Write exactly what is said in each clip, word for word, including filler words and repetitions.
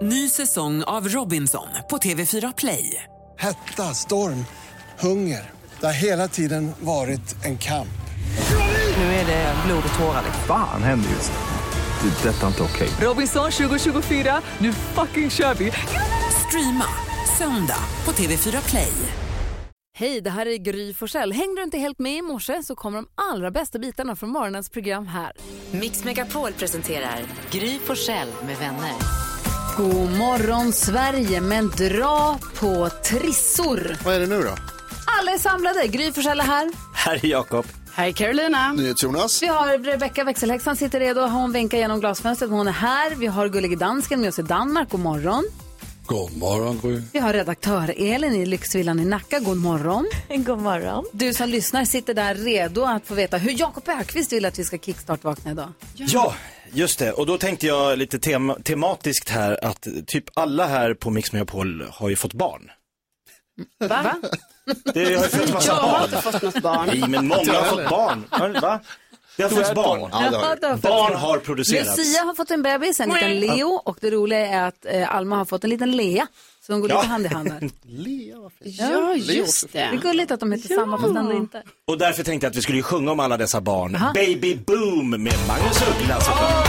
Ny säsong av Robinson på T V fyra Play. Hetta, storm, hunger. Det har hela tiden varit en kamp. Nu är det blod och tårar. Fan händer just det. Det är detta inte okej. Robinson tjugo tjugofyra, nu fucking kör vi. Streama söndag på T V fyra Play. Hej, det här är Gry Forssell. Hängde du inte helt med i morse så kommer de allra bästa bitarna från morgonens program här. Mix Megapol presenterar Gry Forssell med vänner. God morgon Sverige, men dra på trissor. Vad är det nu då? Alla är samlade. Gry Forssell är här. Här är Jakob. Hej Carolina. NyhetsJonas. Vi har Rebecca Växelhäxan sitter redo. Hon vinkar genom glasfönstret. Hon är här. Vi har Gullige Dansken med oss i Danmark. God morgon. God morgon, Gry. Vi har redaktör Elin i Lyxvillan i Nacka. God morgon. God morgon. Du som lyssnar sitter där redo att få veta hur Jakob Ökvist vill att vi ska kickstart-vakna idag. Ja, just det. Och då tänkte jag lite tema- tematiskt här att typ alla här på Mix Megapol har ju fått barn. Va? Va? Det har ju fått massa Jag har barn. inte fått något barn. Nej, men många har fått barn. Va? Det har fått barn. Ja, det har Ja, Barn har producerats. Lucia har fått en bebis, en liten Leo. Och det roliga är att eh, Alma har fått en liten Lea. Så de går Ja. lite hand i hand där. Lea, vad fint. Ja, just Det är det. gulligt att de heter samma fast ändå inte. Och därför tänkte jag att vi skulle ju sjunga om alla dessa barn. Aha. Baby Boom med Magnus Uggla såklart.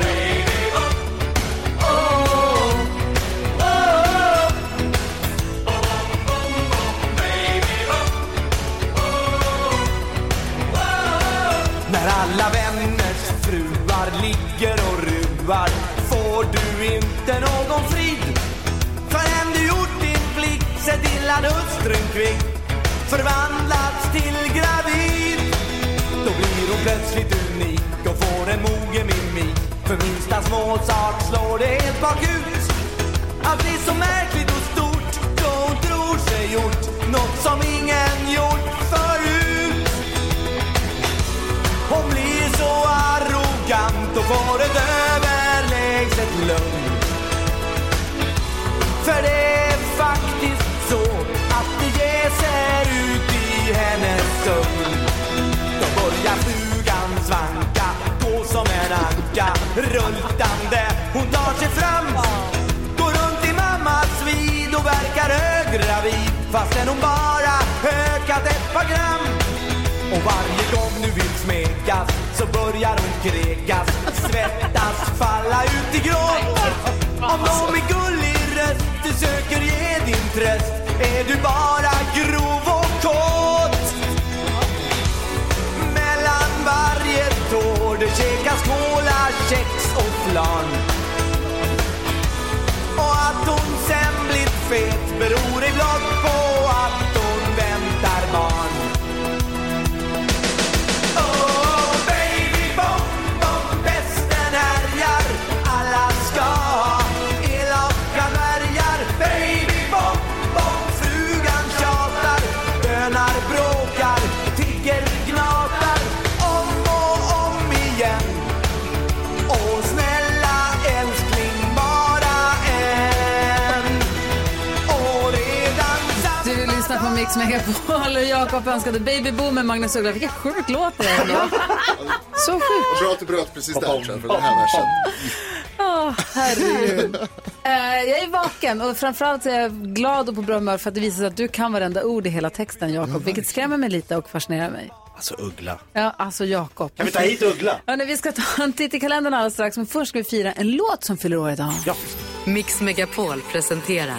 När alla vänners fruar ligger och ruvar får du inte någon frid. Förrän du gjort din plikt, se till att hustrun kvickt förvandlats till gravid. Då blir hon plötsligt unik och får en mogen mimik. För minsta små sak slår det helt bakut. Allt blir så märkligt och stort då hon tror sig gjort något som ingen gjort förut. Hon blir så arrogant och får ett överlägset lugn. För det är faktiskt så att det jäser ut i hennes sömn. Då börjar flugan svanka, gå som en anka, rulltande. Hon tar sig fram, går runt i mammas vid och verkar höggravid. Fastän hon bara ökat ett par gram. Och varje gång du vill smekas så börjar hon krekas, svettas, falla ut i gråt. Om någon med gullig röst du söker ge din tröst är du bara grov och kåt. Mellan varje tår det käkas kola, kex och flan. Och att hon sen blir fet beror ibland på att hon väntar barn. Mix Megapol och Jakob önskade Baby Boom med Magnus Uggla. Vilken sjuk låt det är ändå. Så sjukt. Bra att du bröt precis där sen, för den här versen. Åh, oh, herregud. uh, jag är vaken och framförallt är jag glad och på bra humör för att det visar sig att du kan varenda ord i hela texten, Jakob. Mm, vilket skrämmer mig lite och fascinerar mig. Alltså Uggla. Ja, alltså Jakob. Kan vi ta hit Uggla? Ja, nej, vi ska ta en titt i kalendern alldeles strax, men först ska vi fira en låt som fyller år idag. Ja. Mix Megapol presenterar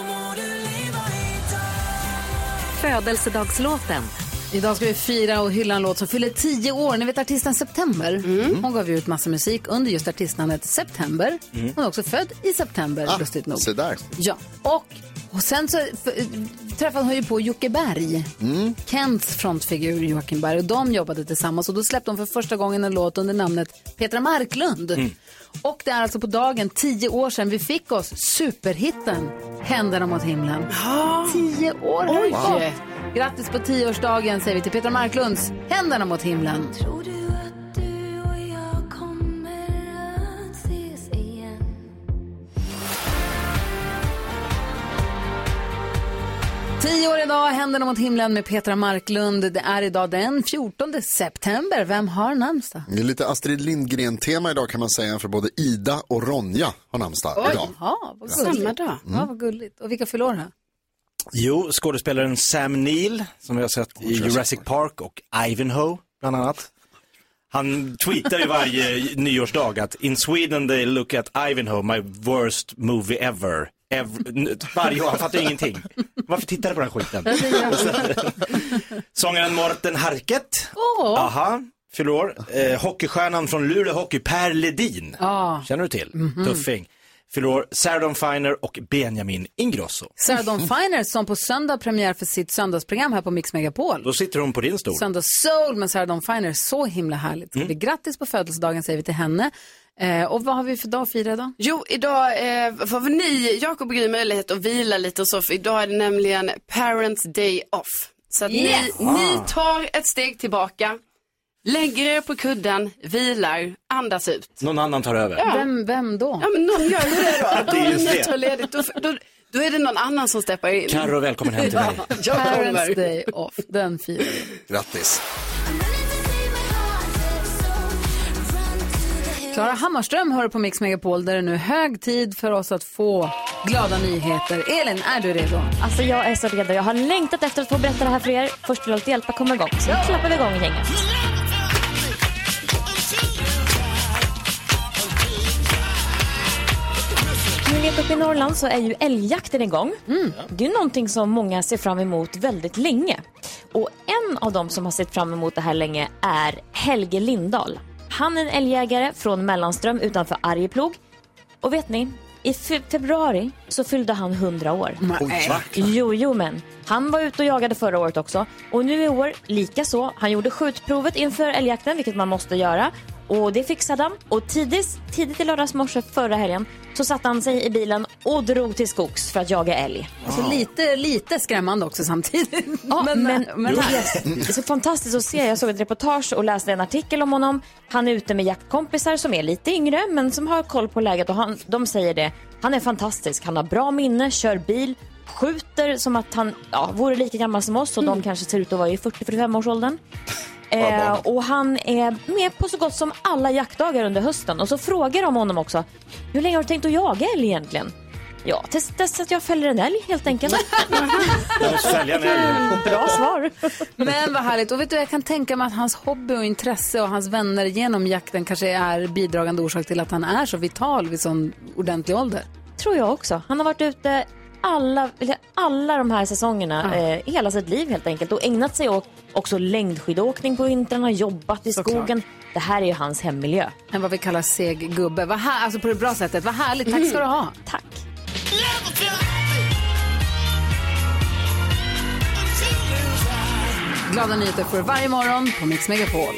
födelsedagslåten. Idag ska vi fira och hylla en låt som fyller tio år. Ni vet artisten September. Mm. Hon gav ju ut massa musik under just artistnamnet September. Mm. Hon är också född i september, ah, lustigt nog. Så där. Ja, och, och sen så f- träffade hon ju på Jocke Berg. Mm. Kents frontfigur Joakim Berg. Och de jobbade tillsammans och då släppte de för första gången en låt under namnet Petra Marklund. Mm. Och det är alltså på dagen tio år sedan vi fick oss superhitten Händerna mot himlen. Oh. Tio år har det gått. Grattis på tioårsdagen säger vi till Petra Marklunds Händerna mot himlen. Tror du att du och jag kommer att ses igen? Tio år idag, händerna mot himlen med Petra Marklund. Det är idag den fjortonde september. Vem har namnsdag? Det är lite Astrid Lindgren-tema idag kan man säga, för både Ida och Ronja har namnsdag Oj, idag. ja, vad gulligt. Samma dag. Mm. Ja, vad gulligt. Och vilka fyller år här? Jo, skådespelaren Sam Neill som vi har sett i Jurassic Park och Ivanhoe bland annat. Han tweetar ju varje nyårsdag att in Sweden they look at Ivanhoe, my worst movie ever. ever. Varje år, han fattar ingenting. Varför tittar du på den skiten? Sångaren Morten Harket. Oh. Aha, fyller år. Eh, hockeystjärnan från Luleå Hockey, Per Ledin. Oh. Känner du till? Mm-hmm. Tuffing. Fyller år Sarah Dawn Finer och Benjamin Ingrosso. Sarah Dawn Finer som på söndag premiär för sitt söndagsprogram här på Mix Megapol. Då sitter hon på din stol. Söndag Soul med Sarah Dawn Finer, så himla härligt. Ska mm. vi grattis på födelsedagen säger vi till henne. Eh, och vad har vi för dag att fira idag? Jo, idag eh, får ni, Jakob och Gry, möjlighet att vila lite och så. För idag är det nämligen Parents Day Off. Så att yes. ni, ni tar ett steg tillbaka, lägger er på kudden, vilar, andas ut. Någon annan tar över. Ja. Vem, vem då? Ja, men någon gör ju det då. Det är just det. Tar ledigt, då, då, då är det någon annan som steppar in. Karo, välkommen hem till mig. Ja, Parents Day Off, den firar vi. Grattis. Klara Hammarström hör på Mix Megapol där det är nu hög tid för oss att få glada nyheter. Elin, är du redo? Alltså jag är så redo. Jag har längtat efter att få berätta det här för er. Först vill jag hjälpa komma igång. Så nu klappar vi igång gänget. Ni vet, uppe i Norrland så är ju älgjakten igång. Mm. Det är ju någonting som många ser fram emot väldigt länge. Och en av dem som har sett fram emot det här länge är Helge Lindahl. Han är en älgjägare från Mellanström utanför Arjeplog. Och vet ni, i fe- februari så fyllde han hundra år. Nej. Jo, jo, men han var ute och jagade förra året också. Och nu i år, lika så. Han gjorde skjutprovet inför älgjakten, vilket man måste göra. Och det fixade han. Och tidigt, tidigt i lördags morse förra helgen så satte han sig i bilen och drog till skogs för att jaga älg. Alltså lite, lite skrämmande också samtidigt. Ja, men, men, men det är så fantastiskt att se. Jag såg ett reportage och läste en artikel om honom. Han är ute med jaktkompisar som är lite yngre men som har koll på läget. Och han, de säger det. Han är fantastisk. Han har bra minne, kör bil, skjuter som att han ja, vore lika gammal som oss. Och mm. de kanske ser ut att vara i fyrtio till fyrtiofem års åldern. Eh, och han är med på så gott som alla jaktdagar under hösten. Och så frågar de honom också: hur länge har du tänkt att jaga älg egentligen? Ja, tills dess att jag fäller en älg helt enkelt. Jag måste fälja en älg. Bra svar. Men vad härligt. Och vet du, jag kan tänka mig att hans hobby och intresse och hans vänner genom jakten kanske är bidragande orsak till att han är så vital vid sån ordentlig ålder. Tror jag också. Han har varit ute alla, alla de här säsongerna ah. eh, hela sitt liv helt enkelt. Och ägnat sig åt också längdskidåkning på vintern, har jobbat i så skogen. Klart. Det här är ju hans hemmiljö. En vad vi kallar seg gubbe. Vad här, alltså på det bra sättet. Vad härligt. Tack ska du ha. Tack. Glada nyheter för varje morgon på Mix Megapol.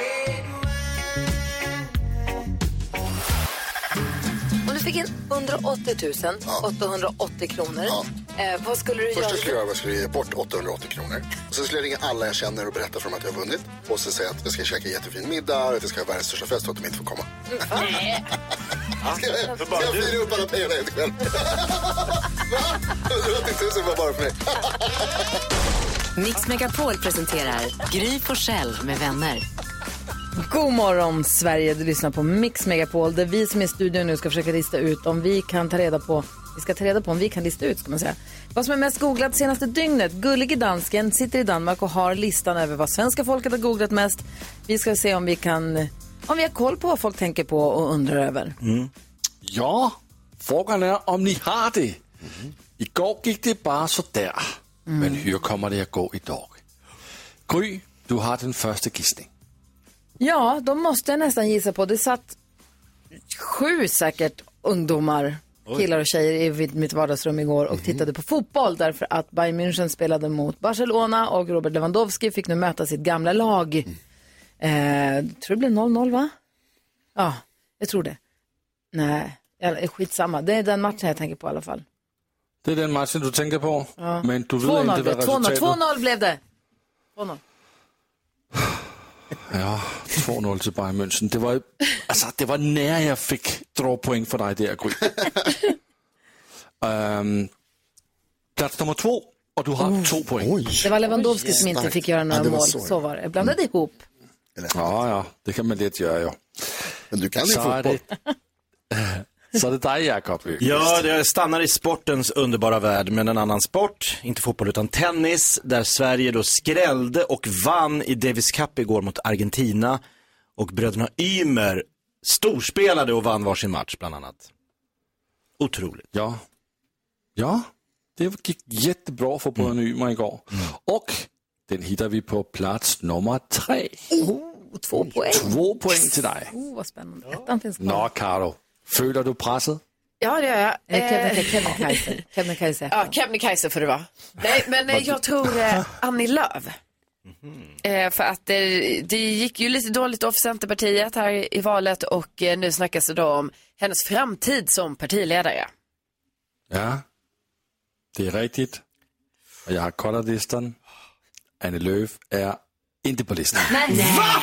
Om du fick in hundraåttio tusen åttahundraåttio kronor, ja. eh, vad skulle du Först göra? Först skulle jag göra, jag skulle ge bort åttahundraåttio kronor. Och sen skulle jag ringa alla jag känner och berätta för dem att jag har vunnit. Och så säga att jag ska käka jättefin middag och att jag ska ha världens största fest och att de inte får komma. Nej. Ska jag, ska jag fira upp alla pengarna helt ikväll? hundraåttio tusen var bara för mig. Mix Megapol presenterar Gry Forssell med vänner. God morgon Sverige, du lyssnar på Mix Megapol där vi som är i studion nu ska försöka lista ut om vi kan ta reda på vi ska ta reda på om vi kan lista ut ska man säga. Vad som är mest googlat senaste dygnet. Gullige dansken sitter i Danmark och har listan över vad svenska folket har googlat mest. Vi ska se om vi kan om vi har koll på vad folk tänker på och undrar över. Mm. Ja, frågan är om ni har det. Mm. Igår gick det bara så där. Mm. Men hur kommer det att gå idag? Gry, du har den första gissning. Ja, de måste jag nästan gissa på. Det satt sju säkert ungdomar, Oj. killar och tjejer i mitt vardagsrum igår och mm. tittade på fotboll därför att Bayern München spelade mot Barcelona och Robert Lewandowski fick nu möta sitt gamla lag. Mm. Eh, tror det blev noll noll va? Ja, jag tror det. Nej, skitsamma. Det är den matchen jag tänker på i alla fall. Det är den matchen du tänker på, ja. Men du vet inte vad resultatet... två noll blev det. två noll. Ja, två noll till Bayern München. Det var, alltså, det var när jag fick dra poäng för dig där, Gry. um, plats nummer två. Och du har oh. två poäng. Oj. Det var Lewandowski Oj, som inte fick göra några ja, mål. Så. så var det. Jag blandade mm. ihop. Ja, ja. Det kan man lätt göra, ja. Men du kan ju fotboll. Det... Så är det dig, Jakob. Ja, jag stannar i sportens underbara värld med en annan sport. Inte fotboll utan tennis. Där Sverige då skrällde och vann i Davis Cup igår mot Argentina. Och bröderna Ymer storspelade och vann varsin match bland annat. Otroligt. Ja. Ja, det gick jättebra för bröderna mm. Ymer igår. Mm. Och den hittar vi på plats nummer tre. Oh, två poäng. Två poäng till dig. Oh, vad spännande. Ettan finns kvar. Nå, Karo. Føler du presset? Ja, det gör jag. Eh, Kebnekaise. Kebnekaise. Ja, Kebnekaise får det vara. Nej, men eh, jag tror eh, Annie Lööf. Mm-hmm. Eh, för att eh, det gick ju lite dåligt av Centerpartiet här i valet och eh, nu snackas det då om hennes framtid som partiledare. Ja, det är riktigt. Och jag har kollat listan. Annie Lööf är inte på listan. Nej, nej. Va?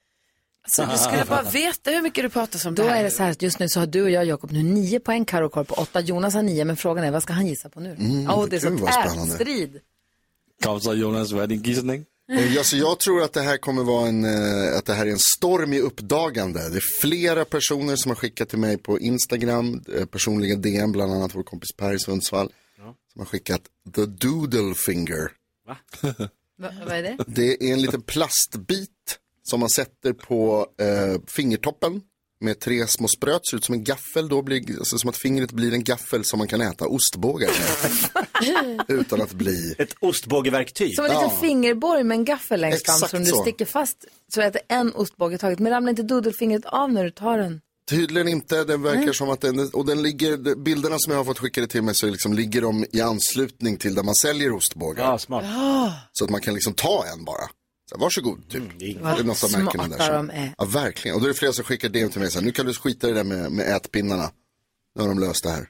Så du skulle bara veta hur mycket du pratar om det här. Då är det så här att just nu så har du och jag, Jakob, nu nio poäng, Karo koll på åtta. Jonas har nio, men frågan är vad ska han gissa på nu? Mm, oh, det är så tät strid. Kom så Jonas, vad är din gissning? Ja, så jag tror att det här kommer vara en, att det här är en storm i uppdagande. Det är flera personer som har skickat till mig på Instagram, personliga D M, bland annat vår kompis Per i Sundsvall, ja. Som har skickat the doodle finger. Va? Va? Vad är det? Det är en liten plastbit som man sätter på eh, fingertoppen med tre små spröt, ser ut som en gaffel, då blir, alltså, som att fingret blir en gaffel som man kan äta ostbågar med. Utan att bli... Ett ostbågeverktyg. Som en liten ja. fingerborg med en gaffel längst fram som så. Du sticker fast så att det är en ostbåge taget. Men ramlar inte doodlefingret av när du tar den? Tydligen inte, den verkar mm. som att den, och den ligger, bilderna som jag har fått skickade till mig så liksom ligger de i anslutning till där man säljer ostbågar. Ja, smart. Ja. Så att man kan liksom ta en bara. Så, varsågod, typ. Mm, det är något som märken där. De är. Ja, verkligen. Och då är det flera som skickar det till mig. Så här, nu kan du skita i det där med, med ätpinnarna. Nu har de löst det här.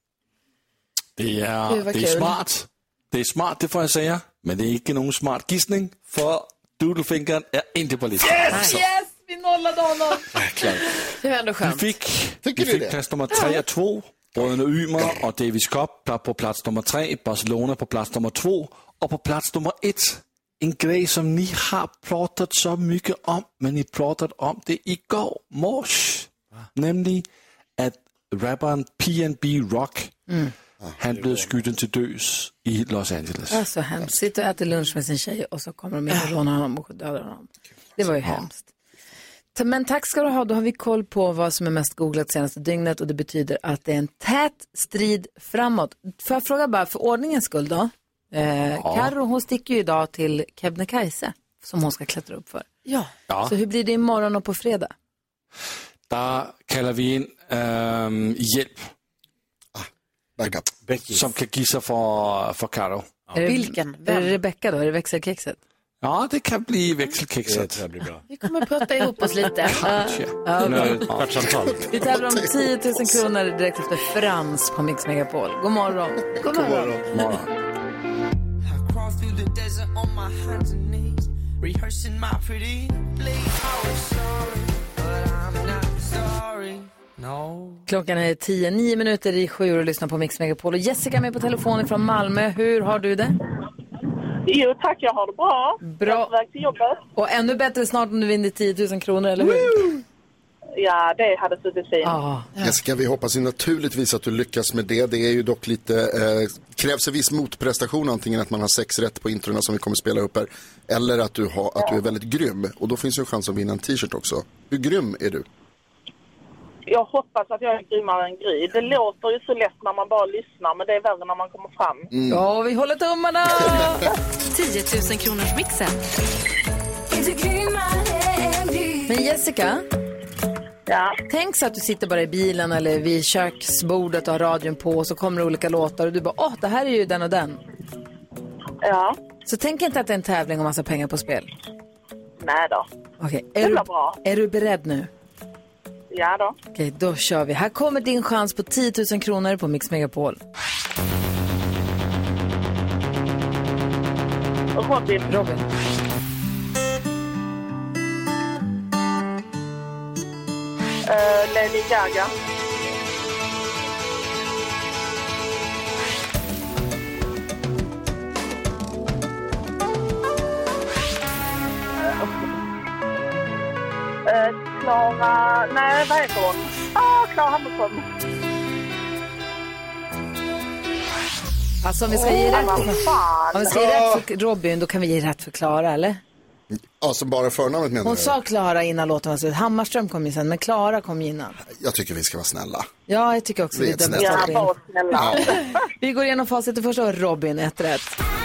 Det är, det, det är smart. Det är smart, det får jag säga. Men det är inte någon smart gissning. För doodlefingern är inte på listan. Yes! Yes! Vi nollade honom. Verkligen. Det var ändå skönt. Vi fick, vi fick plats nummer tre och två. Bröderna Ymer och Davis Cup på plats nummer tre. Barcelona på plats nummer två. Och på plats nummer ett. En grej som ni har pratat så mycket om, men ni pratade om det igår morse. Nämligen att rapparen P N B Rock, mm. han blev skjuten till döds i Los Angeles. Det är så hemskt. Sitter och äter lunch med sin tjej och så kommer de in och rånar honom och dödar honom. Det var ju ja. hemskt. Men tack ska du ha. Då har vi koll på vad som är mest googlat senaste dygnet och det betyder att det är en tät strid framåt. Får jag fråga bara för ordningens skull då? Eh, ja. Karo, hon sticker ju idag till Kebnekaise som hon ska klättra upp för. Ja. ja. Så hur blir det imorgon och på fredag? Där kallar vi in ähm, hjälp. Ah, backup. Som kan gissa för, för Karo. Ja. Är det, Vilken? Vem? Är det Rebecca då? Är det växelkexet? Ja, det kan bli växelkexet. Det blir bra. Vi kommer att prata ihop oss lite. Kanske. Ja, ja. Vi tävlar om tio tusen kronor direkt efter Frans på Mix Megapol. God morgon. God morgon. God morgon. God morgon. Klockan är tio, nio minuter i sju och lyssnar på Mix Megapol. Och Jessica är med på telefonen från Malmö. Hur har du det? Jo, tack. Jag har det bra. Bra. Jag är på väg till jobbet. Och ännu bättre snart om du vinner tio tusen kronor, eller hur? Woo! Ja, det hade suttit fint. Ah. Jessica, vi hoppas ju naturligtvis att du lyckas med det. Det är ju dock lite, eh, krävs en viss motprestation, antingen att man har sex rätt på introna som vi kommer spela upp här, eller att du, har, att du är väldigt grym. Och då finns ju en chans att vinna en t-shirt också. Hur grym är du? Jag hoppas att jag är grymmare än Gry. Det låter ju så lätt när man bara lyssnar, men det är värre när man kommer fram. Mm. Ja, vi håller tummarna! tio tusen kronors mixen. Men Jessica... Ja. Tänk så att du sitter bara i bilen eller vid köksbordet och har radion på och så kommer det olika låtar och du bara, åh, det här är ju den och den. Ja. Så tänk inte att det är en tävling och massa pengar på spel. Nej då. Okej, är, du, bra. är du beredd nu? Ja då. Okej, då kör vi. Här kommer din chans på tio tusen kronor på Mix Megapol. Robin. Robin. Uh, Lady Gaga. Klara... Nej, vad heter hon? Ah, Klara Hammarström. Alltså om vi ska ge rätt för, om vi ska ge rätt för Robin, då kan vi ge rätt för Klara, eller? Ja, som bara förnamnet menar Hon du? sa Klara innan låten var slut. Hammarström kom ju sen, men Klara kom innan. Jag tycker vi ska vara snälla. Ja, jag tycker också det är det. snällt. Ja, var snälla. Ja. Vi går igenom facit först och Robin, ett rätt.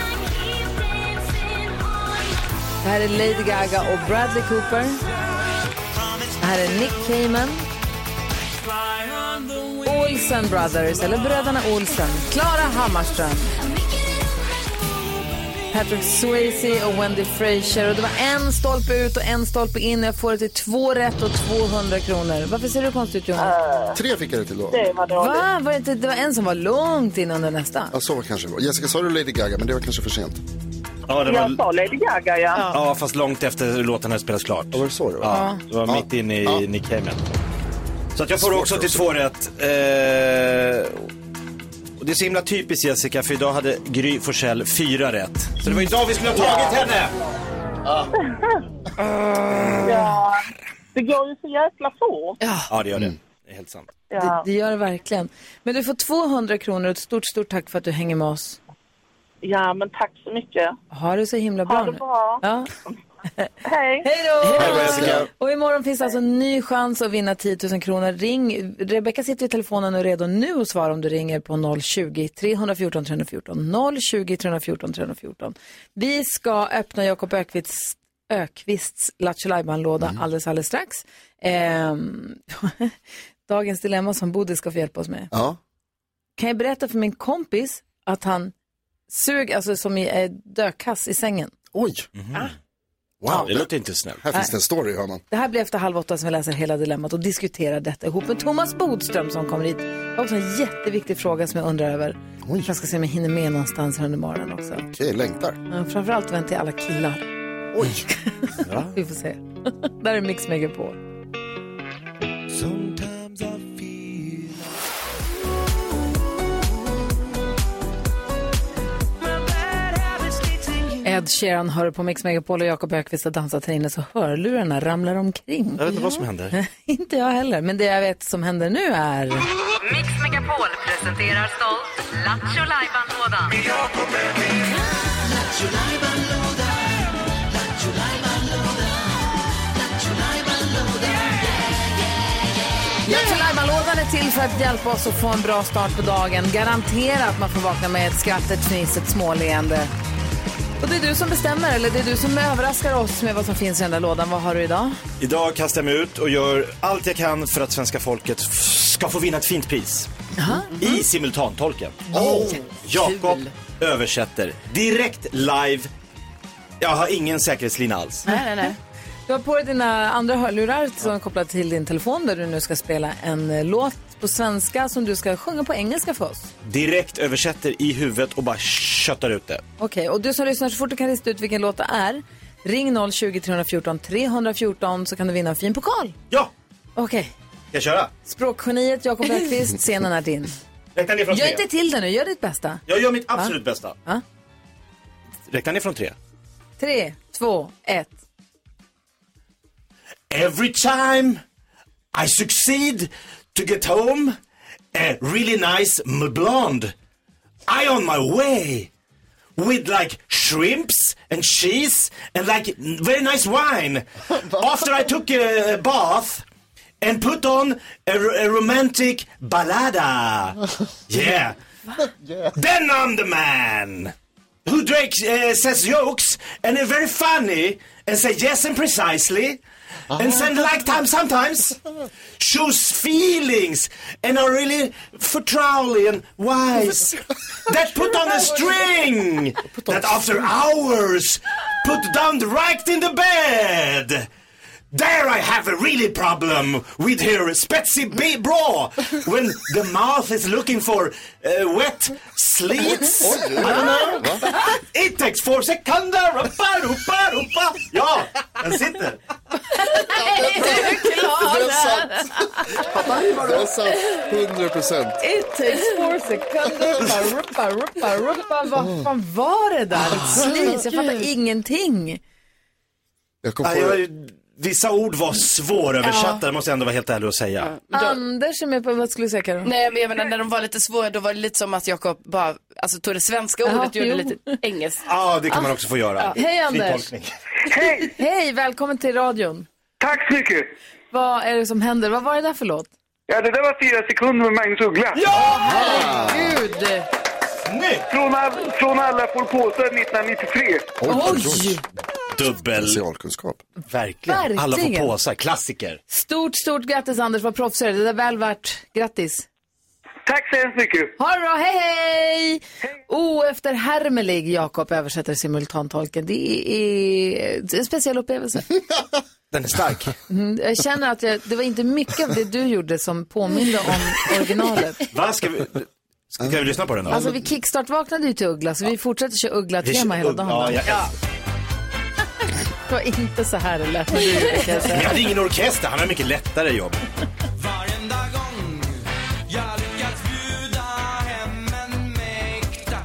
Det här är Lady Gaga och Bradley Cooper. Det här är Nick Cayman. Olsen Brothers, eller Bröderna Olsen. Klara Hammarström. Patrick Swayze och Wendy Frazier. Och det var en stolpe ut och en stolpe in. Jag får det till två rätt och tvåhundra kronor. Varför ser du konstigt ut, Jonas? Uh, Tre fick jag det till då. Det var dåligt. Va? Var det, inte, det var en som var långt innan den nästa. Ja, så var kanske det var. Jessica, sa du Lady Gaga, men det var kanske för sent. Ja, det var... Jag sa Lady Gaga, ja. Ja, fast långt efter låten hade spelats klart. Ja, var det så det var? Ja, det var ja. mitt inne i ja. Nick Cayman. Så att jag får också till två rätt. Eh... Och det är så himla typiskt, Jessica, för idag hade Gry Forssell fyra rätt. Så det var idag vi skulle ha tagit henne! Ja. Ja. Det går ju så jäkla fort. Ja, ja det gör det. Det är helt sant. Ja. Det, det gör det verkligen. Men du får tvåhundra kronor och ett stort, stort tack för att du hänger med oss. Ja, men tack så mycket. Ha det så himla bra Ha det nu. bra. Ja. Hej. Hej då! Hej då, Jessica. Och imorgon finns alltså en ny chans att vinna tio tusen kronor. Ring. Rebecca sitter i telefonen och är redo nu och svara om du ringer på noll tjugo, tre fjorton, tre fjorton. noll tjugo, tre fjorton, tre fjorton. Vi ska öppna Jakob Ökvists, Ökvists Lattjo Lajban-låda mm. alldeles, alldeles strax. Ehm, dagens dilemma som Bodil ska få hjälpa oss med. Ja. Kan jag berätta för min kompis att han sög, alltså som i eh, dödkass i sängen. Oj. Mm. Ah. Wow, ja, det låter inte snällt. Här finns det en story, hör man. Det här blir efter halv åtta som vi läser hela dilemmat och diskuterar detta ihop med Thomas Bodström som kommer hit. Det är också en jätteviktig fråga som jag undrar över. Oj. Jag ska se om jag hinner med någonstans under morgonen också. Okej, okay, längtar. Ja, framförallt väntar jag alla killar. Oj. Ja. Vi får se. Där är Mix Megapol. Sometimes I feel Ed Sheeran hör på Mix Megapol och Jakob Ökvist har dansat här inne så hörlurarna ramlar omkring. Jag vet inte vad som händer. Inte jag heller, men det jag vet som händer nu är... Mix Megapol presenterar stolt Lattjo Lajban-lådan. Lattjo Lajban-lådan är till för att hjälpa oss att få en bra start på dagen. Garantera att man får vakna med ett skratt, ett fniss, ett småleende. Och det är du som bestämmer, eller det är du som överraskar oss med vad som finns i den där lådan. Vad har du idag? Idag kastar jag mig ut och gör allt jag kan för att svenska folket f- ska få vinna ett fint pris. Aha. I simultantolken. Oh, Jakob översätter direkt live. Jag har ingen säkerhetslina alls. Nej, nej, nej. Du har på dig dina andra hörlurar som är kopplade till din telefon där du nu ska spela en låt på svenska som du ska sjunga på engelska för oss. Direkt översätter i huvudet och bara köttar ut det. Okej, okay, och du som lyssnar så fort du kan lista ut vilken låt det är. Ring noll tjugo, tre fjorton, tre fjorton så kan du vinna en fin pokal. Ja! Okej. Okay. Ska jag köra? Språkgeniet Jakob Ökvist, scenen är din. Räkna ner från tre. Gör inte till det nu, gör ditt bästa. Jag gör mitt absolut Va? bästa. Va? Räkna ner från tre. Tre, två, ett. Every time I succeed to get home a really nice blonde, I on my way with like shrimps and cheese and like very nice wine. After I took a bath and put on a, a romantic ballada. Yeah. Yeah. Then I'm the man who drakes, uh, says jokes and are very funny and say yes and precisely. And send like time sometimes shows feelings and are really fortrowly and wise. That put on a string that after hours put down right in the bed. There I have a really problem with her spetsy b- bra when the mouth is looking for uh, wet sleets. I don't know. It takes four seconds. Rupa, rupa, rupa. Ja, den sitter. Det är sant. Det är sant. hundra procent. It takes four seconds. Rupa, rupa, rupa. Vad fan var det där? Ett slis. Jag fattar ingenting. Jag kom på jag, vissa ord var svåröversatta, Ja. det måste jag ändå vara helt ärlig att säga. Ja. Då, Anders är med på, vad skulle du säga, Karo? nej, men jag menar, när de var lite svåra, då var det lite som att Jakob bara alltså, tog det svenska Jaha, ordet och gjorde jo. lite engelskt. Ja, det kan man också få göra. Ja. Hej, Fri Anders. tolkning. Hej! Hej, välkommen till radion. Tack så mycket! Vad är det som händer? Vad var det där för låt? Ja, det där var fyra sekunder med Magnus Uggla. Ja! Herregud! Från, all, från alla får påstå nittonhundranittiotre. Oj! Dubbel. Specialkunskap. Verkligen. Verkligen. Alla får påsar. Klassiker. Stort, stort grattis Anders, vad proffs är det. Det är väl värt. Grattis. Tack så hemskt mycket. Ha det bra, hej hej! Oefterhärmelig Jakob översätter simultantolken. Det är en speciell upplevelse. Den är stark. Mm, jag känner att jag, det var inte mycket av det du gjorde som påminde om originalet. Va, ska vi, ska vi lyssna på den då? Alltså vi kickstart-vaknade ju till Uggla, så vi fortsätter köra Uggla-tema hela dagen. Ja, jag, ja. Det var inte så här det lät när du gjorde det, kan jag säga. Men jag hade ingen orkester, han har mycket lättare jobb. Varenda gång jag lyckats bjuda hem en mäkta,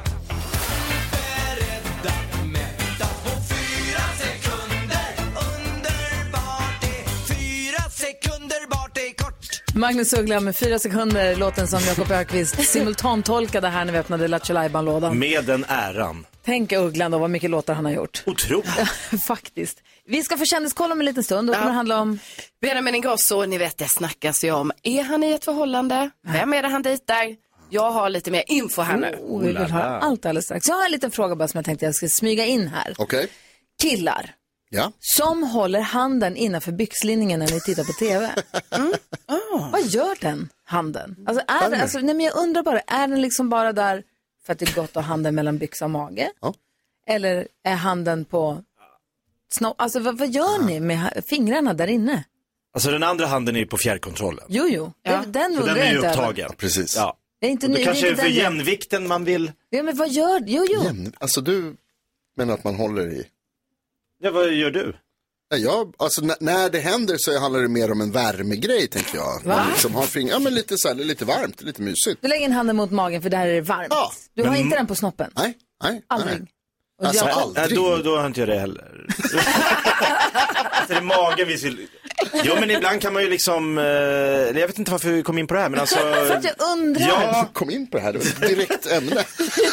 beredd att mätta på fyra sekunder. Underbart det, fyra sekunder bart det är kort. Magnus Uggla med fyra sekunder, låten som Jakob Ökvist simultantolkade här när vi öppnade Lattjo Lajban-lådan. Med den äran. Tänk Ugglan då, vad mycket låtar han har gjort. Otroligt. Ja, faktiskt. Vi ska få kändiskolla om en liten stund. Då kommer det handla om... Benjamin Ingrosso, ni vet det snackas ju om. Är han i ett förhållande? Vem är det han dejtar? Jag har lite mer info här nu. Oh, vi vill höra allt alldeles strax. Jag har en liten fråga bara som jag tänkte jag ska smyga in här. Okej. Okay. Killar. Ja. Som håller handen innanför byxlinningen när ni tittar på tv. Mm. Oh. Vad gör den handen? Alltså, är det, alltså, nej, men jag undrar bara, är den liksom bara där för att det är gott att ha handen mellan byxa och mage? Ja. Eller är handen på... Snå... Alltså vad, vad gör ni med fingrarna där inne? Alltså den andra handen är ju på fjärrkontrollen. Jo, jo. Ja. Den, den, så den är ju upptagen. Ja, precis. Ja. Det är inte det ny, kanske det är, är inte för den jämnvikten man vill... Ja, men vad gör du? Jo, jo. Jämn... Alltså du menar att man håller i... Ja, vad gör du? Ja, jag, alltså n- när det händer så handlar det mer om en värmegrej, tänker jag. Man liksom har fingrar, ja men lite så här, lite varmt, lite mysigt. Du lägger en handen mot magen för där är det varmt. Ja. Du har Men- inte den på snoppen? Nej, nej. Aldrig? Nej. Och Alltså, jag- aldrig. Nej, då, då har inte jag det heller. Alltså det är magen vi vill... Jo, men ibland kan man ju liksom... Eh, jag vet inte varför vi kom in på det här, men alltså... För att jag undrar. Ja, Kom in på det här, det var ett direkt ämne.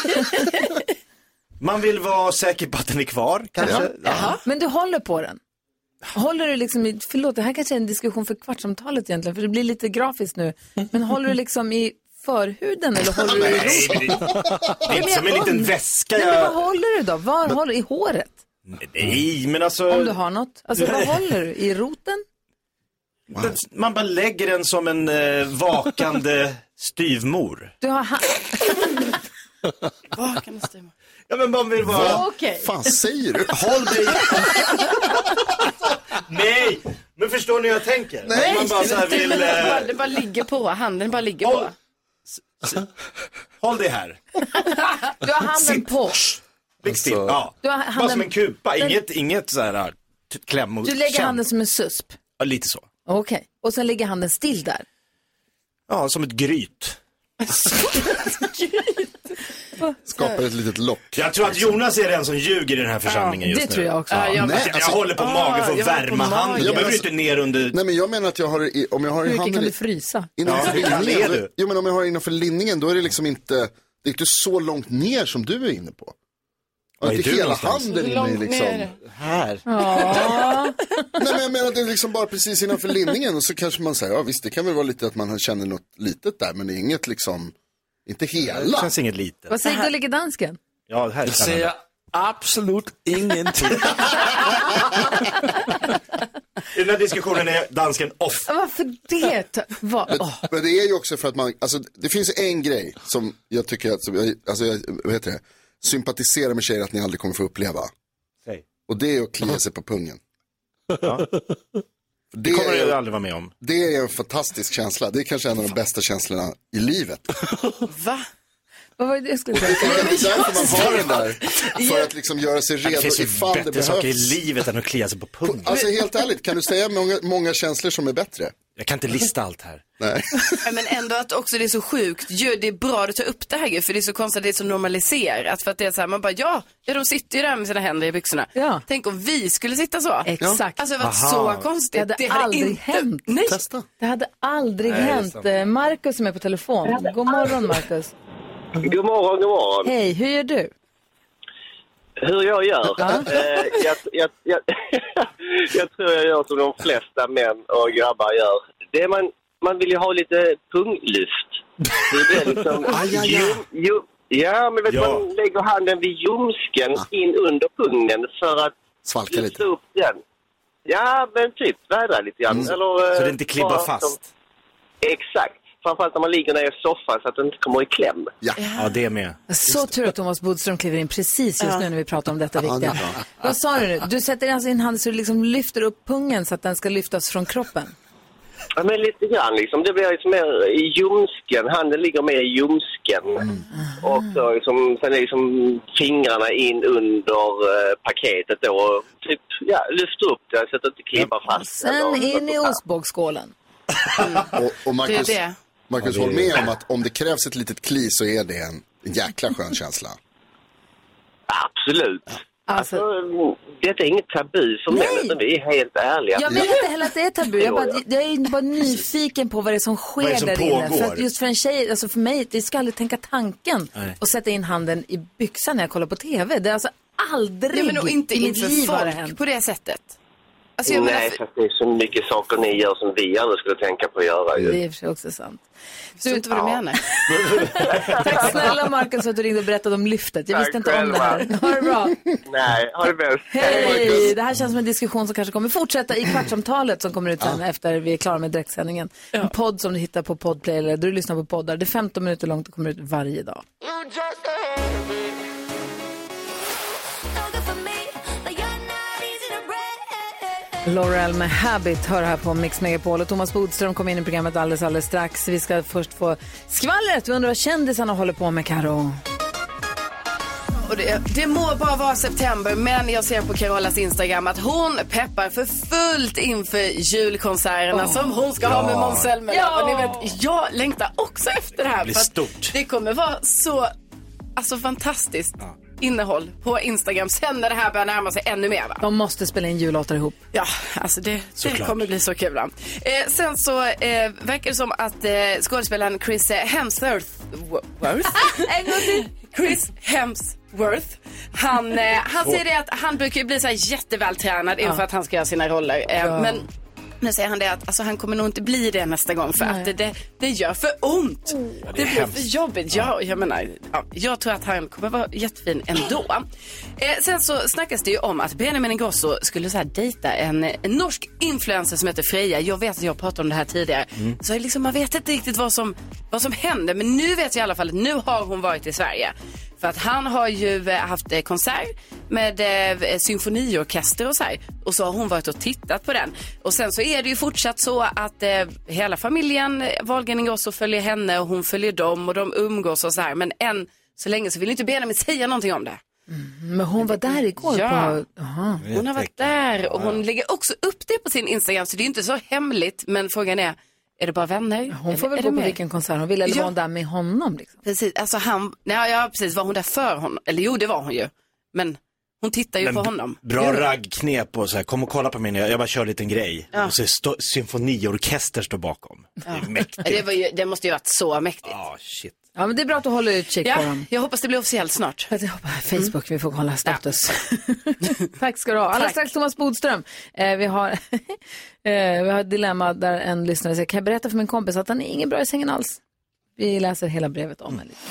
man vill vara säker på att den är kvar, kanske. Ja. Men du håller på den? Håller du liksom i, förlåt, det här kanske är en diskussion för kvartsamtalet egentligen, för det blir lite grafiskt nu. Men håller du liksom i förhuden eller håller du i Nej, det, roten? det är inte som en liten väska. Nej, men vad Jag... håller du då? Var håller du? I håret? Nej, men alltså... Om du har något. Alltså vad håller du? I roten? Wow. Man bara lägger den som en eh, vakande styvmor. Du har ha- Vakande styvmor. Ja, men man vill vara... Okej. Okay. Fan säger du? Håll dig... Nej, men förstår ni hur jag tänker? Nej. Man bara så här vill... Det, bara, Eh... det bara ligger på, handen bara ligger Håll... på. S- Håll dig här. Du har handen Sitt. på. Ligg still. Alltså- Ja. Du har Bara handen... som en kupa. Den- Inget, inget så här t- kläm och Du lägger känn. handen som en susp. Ja, lite så. Okej. Okay. Och sen ligger handen still där. Ja, som ett gryt. Skapar ett litet lock. Jag tror att Jonas är den som ljuger i den här församlingen Ja, just det nu. tror jag också. Ja, Ja, jag Nej, med. jag håller på magen för att jag håller på värma magen. handen. Jag Ja, behöver alltså- inte ner under... Nej, men jag menar att jag har i, om jag har Hur i mycket handen kan i, du frysa? innanför Ja, kan linningen, det då- du? jo men om jag har innanför linningen då är det liksom inte, det är inte så långt ner som du är inne på. Var Och är inte du hela någonstans? handen Hur inne i långt liksom. ner? Här. Ja. Nej men jag menar att det är liksom bara precis innanför linningen och så kanske man säger, ja visst det kan väl vara lite att man känner något litet där men det är inget liksom, inte Det hela. känns inget litet. Vad säger gullige dansken? Ja, det här är Jag spännande. säger absolut ingenting. I den här diskussionen är dansken off. Varför det? Vad? Men, Åh. men det är ju också för att man, alltså det finns en grej som jag tycker att, som jag, alltså jag, vad heter det, sympatiserar med tjejer att ni aldrig kommer få uppleva. Säg. Och det är att klia sig på pungen. Ja. Det, Det kommer är, du aldrig vara med om. det är en fantastisk känsla. Det är kanske en av de bästa känslorna i livet. Va? Vad var det jag skulle säga? Det är därför man har den där. För att liksom göra sig Det redo finns ju ifall det bättre saker i behövs. livet än att klia sig på pungen. Alltså helt ärligt, kan du säga många, många känslor som är bättre? Jag kan inte lista allt här. Nej. Men ändå att också det är så sjukt. Jo, det är bra att du tar upp det här, för det är så konstigt att det är så normaliserat. För att det är så här, man bara, ja, ja de sitter ju där med sina händer i byxorna. Ja. Tänk om vi skulle sitta så. Exakt. Alltså det var Aha. så konstigt. Det hade, det hade aldrig inte... hänt. Nej. Testa. Det hade aldrig Nej, hänt. Marcus som är på telefon. God morgon, Marcus. God morgon, god morgon. Hej, hur gör du? Hur jag gör? Ja. Eh, jag, jag, jag, jag tror jag gör som de flesta män och grabbar gör. Det är man, man vill ju ha lite punglyft. Det är liksom... aj, aj, aj. Jum, jum, ja, men vet Ja. man lägger handen vid ljumsken Ah. in under pungen för att Svalka lyfta lite. upp den. Ja, men typ vädra lite grann. Mm. Eller, Så det inte klibbar bara fast. Som, exakt. Framförallt när man ligger ner i soffan så att den inte kommer i kläm. Ja. Ja, det är med. Så tur att Thomas Bodström kliver in precis just nu när vi pratar om detta Ja, det viktiga. är bra. Vad sa du nu? Du sätter alltså in handen så du liksom lyfter upp pungen så att den ska lyftas från kroppen. Ja, men lite grann liksom. Det blir liksom mer i ljumsken. Handen ligger mer i ljumsken. Mm. Och så liksom, sen är liksom fingrarna in under eh, paketet då. Och typ, ja, lyfter upp det så att det inte klibbar fast. Sen eller, in i ostbågsskålen. Och, och Marcus, Det är det. Marcus Ja, det är- håller med om att om det krävs ett litet kli så är det en jäkla skön känsla. Absolut. Alltså, Alltså, detta är inget tabu för män, utan vi är helt ärliga. jag vill inte heller att det är tabu. Jag, bara, jag är bara nyfiken på vad det är som sker Vad är det som där inne. pågår? För att just för en tjej, alltså för mig, det ska aldrig tänka tanken Nej. att sätta in handen i byxan när jag kollar på tv. Det är alltså aldrig Nej, men och inte i mitt liv inför har det folk hänt. på det sättet. Alltså, jag menar, Nej, för att det är så mycket saker ni gör som vi aldrig skulle tänka på att göra. Ju. Det är i och för sig också sant. jag förstår inte vad du menar. Tack snälla Marcus för att du ringde och berättade om lyftet. Jag Tack visste inte om det här. själva. Ha det bra. Nej, ha det bäst. Hej! Det här känns som en diskussion som kanske kommer fortsätta i kvartsamtalet som kommer ut sen efter vi är klara med direktsändningen. En podd som du hittar på Podplay eller där du lyssnar på poddar. Det är femton minuter långt och kommer ut varje dag. Laurel med Habit hör här på Mix Megapol och Thomas Bodström kommer in i programmet alldeles, alldeles strax. Vi ska först få skvallret. Vi undrar vad kändisarna håller på med, Karo. Och det, det må bara vara september, men jag ser på Carolas Instagram att hon peppar för fullt inför julkonserterna Oh, som hon ska ja. ha med Måns Zelmerlöw. Ja. Och ni vet, jag längtar också efter det här. Det blir för att stort. Det kommer vara så alltså, fantastiskt Ja. innehåll på Instagram sen när det här börjar närma sig ännu mer. Va? De måste spela in jullåtar ihop. Ja, alltså det, det Såklart. kommer bli så kul. Va? Eh, sen så eh, verkar det som att eh, skådespelaren Chris Hemsworth Worth? En gång till. Chris Hemsworth. Han, eh, han säger det att han brukar ju bli så här jättevältränad inför Ja. att han ska göra sina roller. Eh, Ja. Men nu säger han det att alltså, han kommer nog inte bli det nästa gång för Nej. att det, det, det gör för ont. Ja, det är blir hemskt. för jobbigt. Ja, jag menar, ja, jag tror att han kommer vara jättefin ändå. Eh, sen så snackas det ju om att Benjamin Ingrosso skulle så här dejta en, en norsk influencer som heter Freja. Jag vet att jag pratade om det här tidigare. Mm. Så liksom, man vet inte riktigt vad som, vad som händer. Men nu vet jag i alla fall att nu har hon varit i Sverige. För att han har ju eh, haft eh, konsert med eh, symfoniorkester och så här. Och så har hon varit och tittat på den. Och sen så är det ju fortsatt så att eh, hela familjen eh, Wahlgren Ingrosso följer henne och hon följer dem och de umgås och så här. Men än så länge så vill inte Benjamin säga någonting om det. Mm, men hon var där igår Ja. på... Aha. Hon har varit där och hon lägger också upp det på sin Instagram så det är inte så hemligt. Men frågan är, är det bara vänner? Hon får Eller väl är gå det på mer? vilken konsert hon vill eller Ja. var hon där med honom liksom. Precis, alltså han, nej, ja precis, var hon där för honom? Eller jo, det var hon ju. Men hon tittar ju Men på b- honom. Bra raggknep och så här, kom och kolla på mig, jag, jag bara kör en liten grej. Ja. Och så är sto- symfoniorkester står bakom. Det är mäktigt. Det, var ju, det måste ju varit så mäktigt. Ja, shit. Ja, men det är bra att du håller utkik på Ja, dem. jag hoppas det blir officiellt snart. Jag hoppas, Facebook, vi får hålla status. Tack ska du ha. Alldeles strax Thomas Bodström. Eh, vi, har, eh, vi har ett dilemma där en lyssnare säger, kan jag berätta för min kompis att han är ingen bra i sängen alls? Vi läser hela brevet om en lite.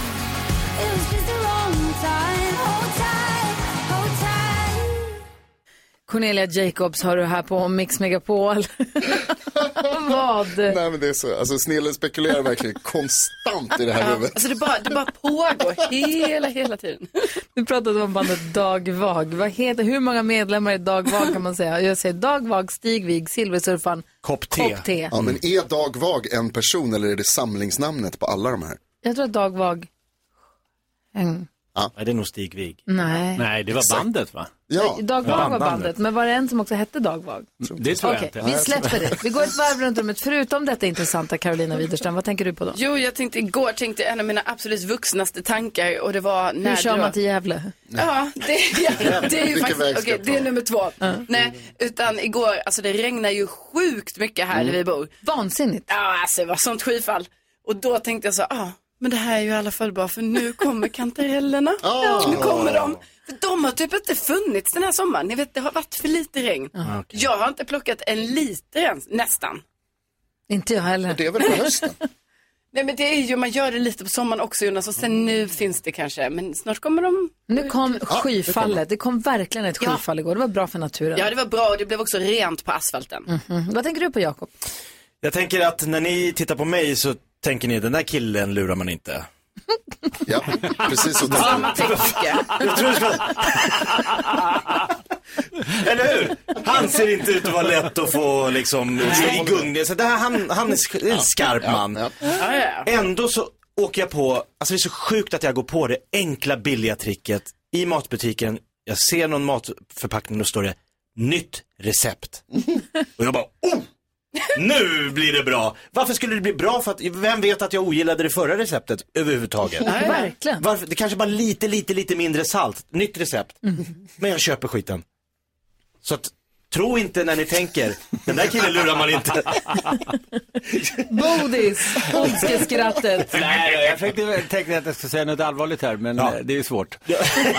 Cornelia Jacobs har du här på Mix Megapol. Vad? Nej men det är så, alltså snillen spekulerar verkligen konstant i det här huvudet. Alltså det bara, det bara pågår hela, hela tiden. Du pratade om bandet Dagvag. Vad heter, hur många medlemmar i Dagvag kan man säga? Jag säger Dagvag, Stigvig, Silversurfan, Kopp te. Kopp te. Ja men är Dagvag en person eller är det samlingsnamnet på alla de här? Jag tror att Dagvag... Mm. Ja. Är det nog Stig Wig? Nej. Nej, det var Exakt. bandet va? Ja. Dagvag Ja, var bandet. bandet, men var det en som också hette Dagvag? Det tror jag Okej, inte. vi släpper det. Vi går ett varv runt rummet. Förutom detta intressanta, Carolina Widerström, vad tänker du på då? Jo, jag tänkte igår tänkte en av mina absolut vuxnaste tankar och det var när Hur kör det man var... till Gävle? Ja, det, ja, det är ju Vilken faktiskt, väg ska okej, jag det är ta? nummer två. Nej, utan igår, alltså det regnar ju sjukt mycket här där vi bor. Vansinnigt. Ja, alltså det var sånt skyfall. Och då tänkte jag så, ah, men det här är ju i alla fall bra för nu kommer kantarellerna. Oh. Nu kommer de. För de har typ inte funnits den här sommaren. Ni vet, det har varit för lite regn. Ah, okay. Jag har inte plockat en liter ens, nästan. Inte jag heller. Det är väl på hösten? Nej, men det är ju, man gör det lite på sommaren också, Jonas. Och sen nu finns det kanske, men snart kommer de. Nu kom Ja, skyfallet. Det kom verkligen ett Ja. skyfall igår. Det var bra för naturen. Ja, det var bra och det blev också rent på asfalten. Mm. Vad tänker du på, Jakob? Jag tänker att när ni tittar på mig så tänker ni, den där killen lurar man inte. Ja, precis så. Samma tekniker. Jag tror det ska... Eller hur? Han ser inte ut att vara lätt att få liksom i gung. Så det här, han, han är sk- en skarp man. Ja, ja. Ja, ja. Ändå så åker jag på, alltså det är så sjukt att jag går på det enkla billiga tricket i matbutiken. Jag ser någon matförpackning och står det nytt recept. Och jag bara, oh! Nu blir det bra. Varför skulle det bli bra? För att, vem vet att jag ogillade det förra receptet överhuvudtaget? Ja, verkligen. Varför? Det kanske bara lite, lite, lite mindre salt. Nytt recept. Men jag köper skiten. Så att, tro inte när ni tänker, den där killen lurar man inte. Bodis, ondskeskrattet. Nej, jag tänkte, tänkte att jag skulle säga något allvarligt här, men Ja. det är ju svårt. Ja.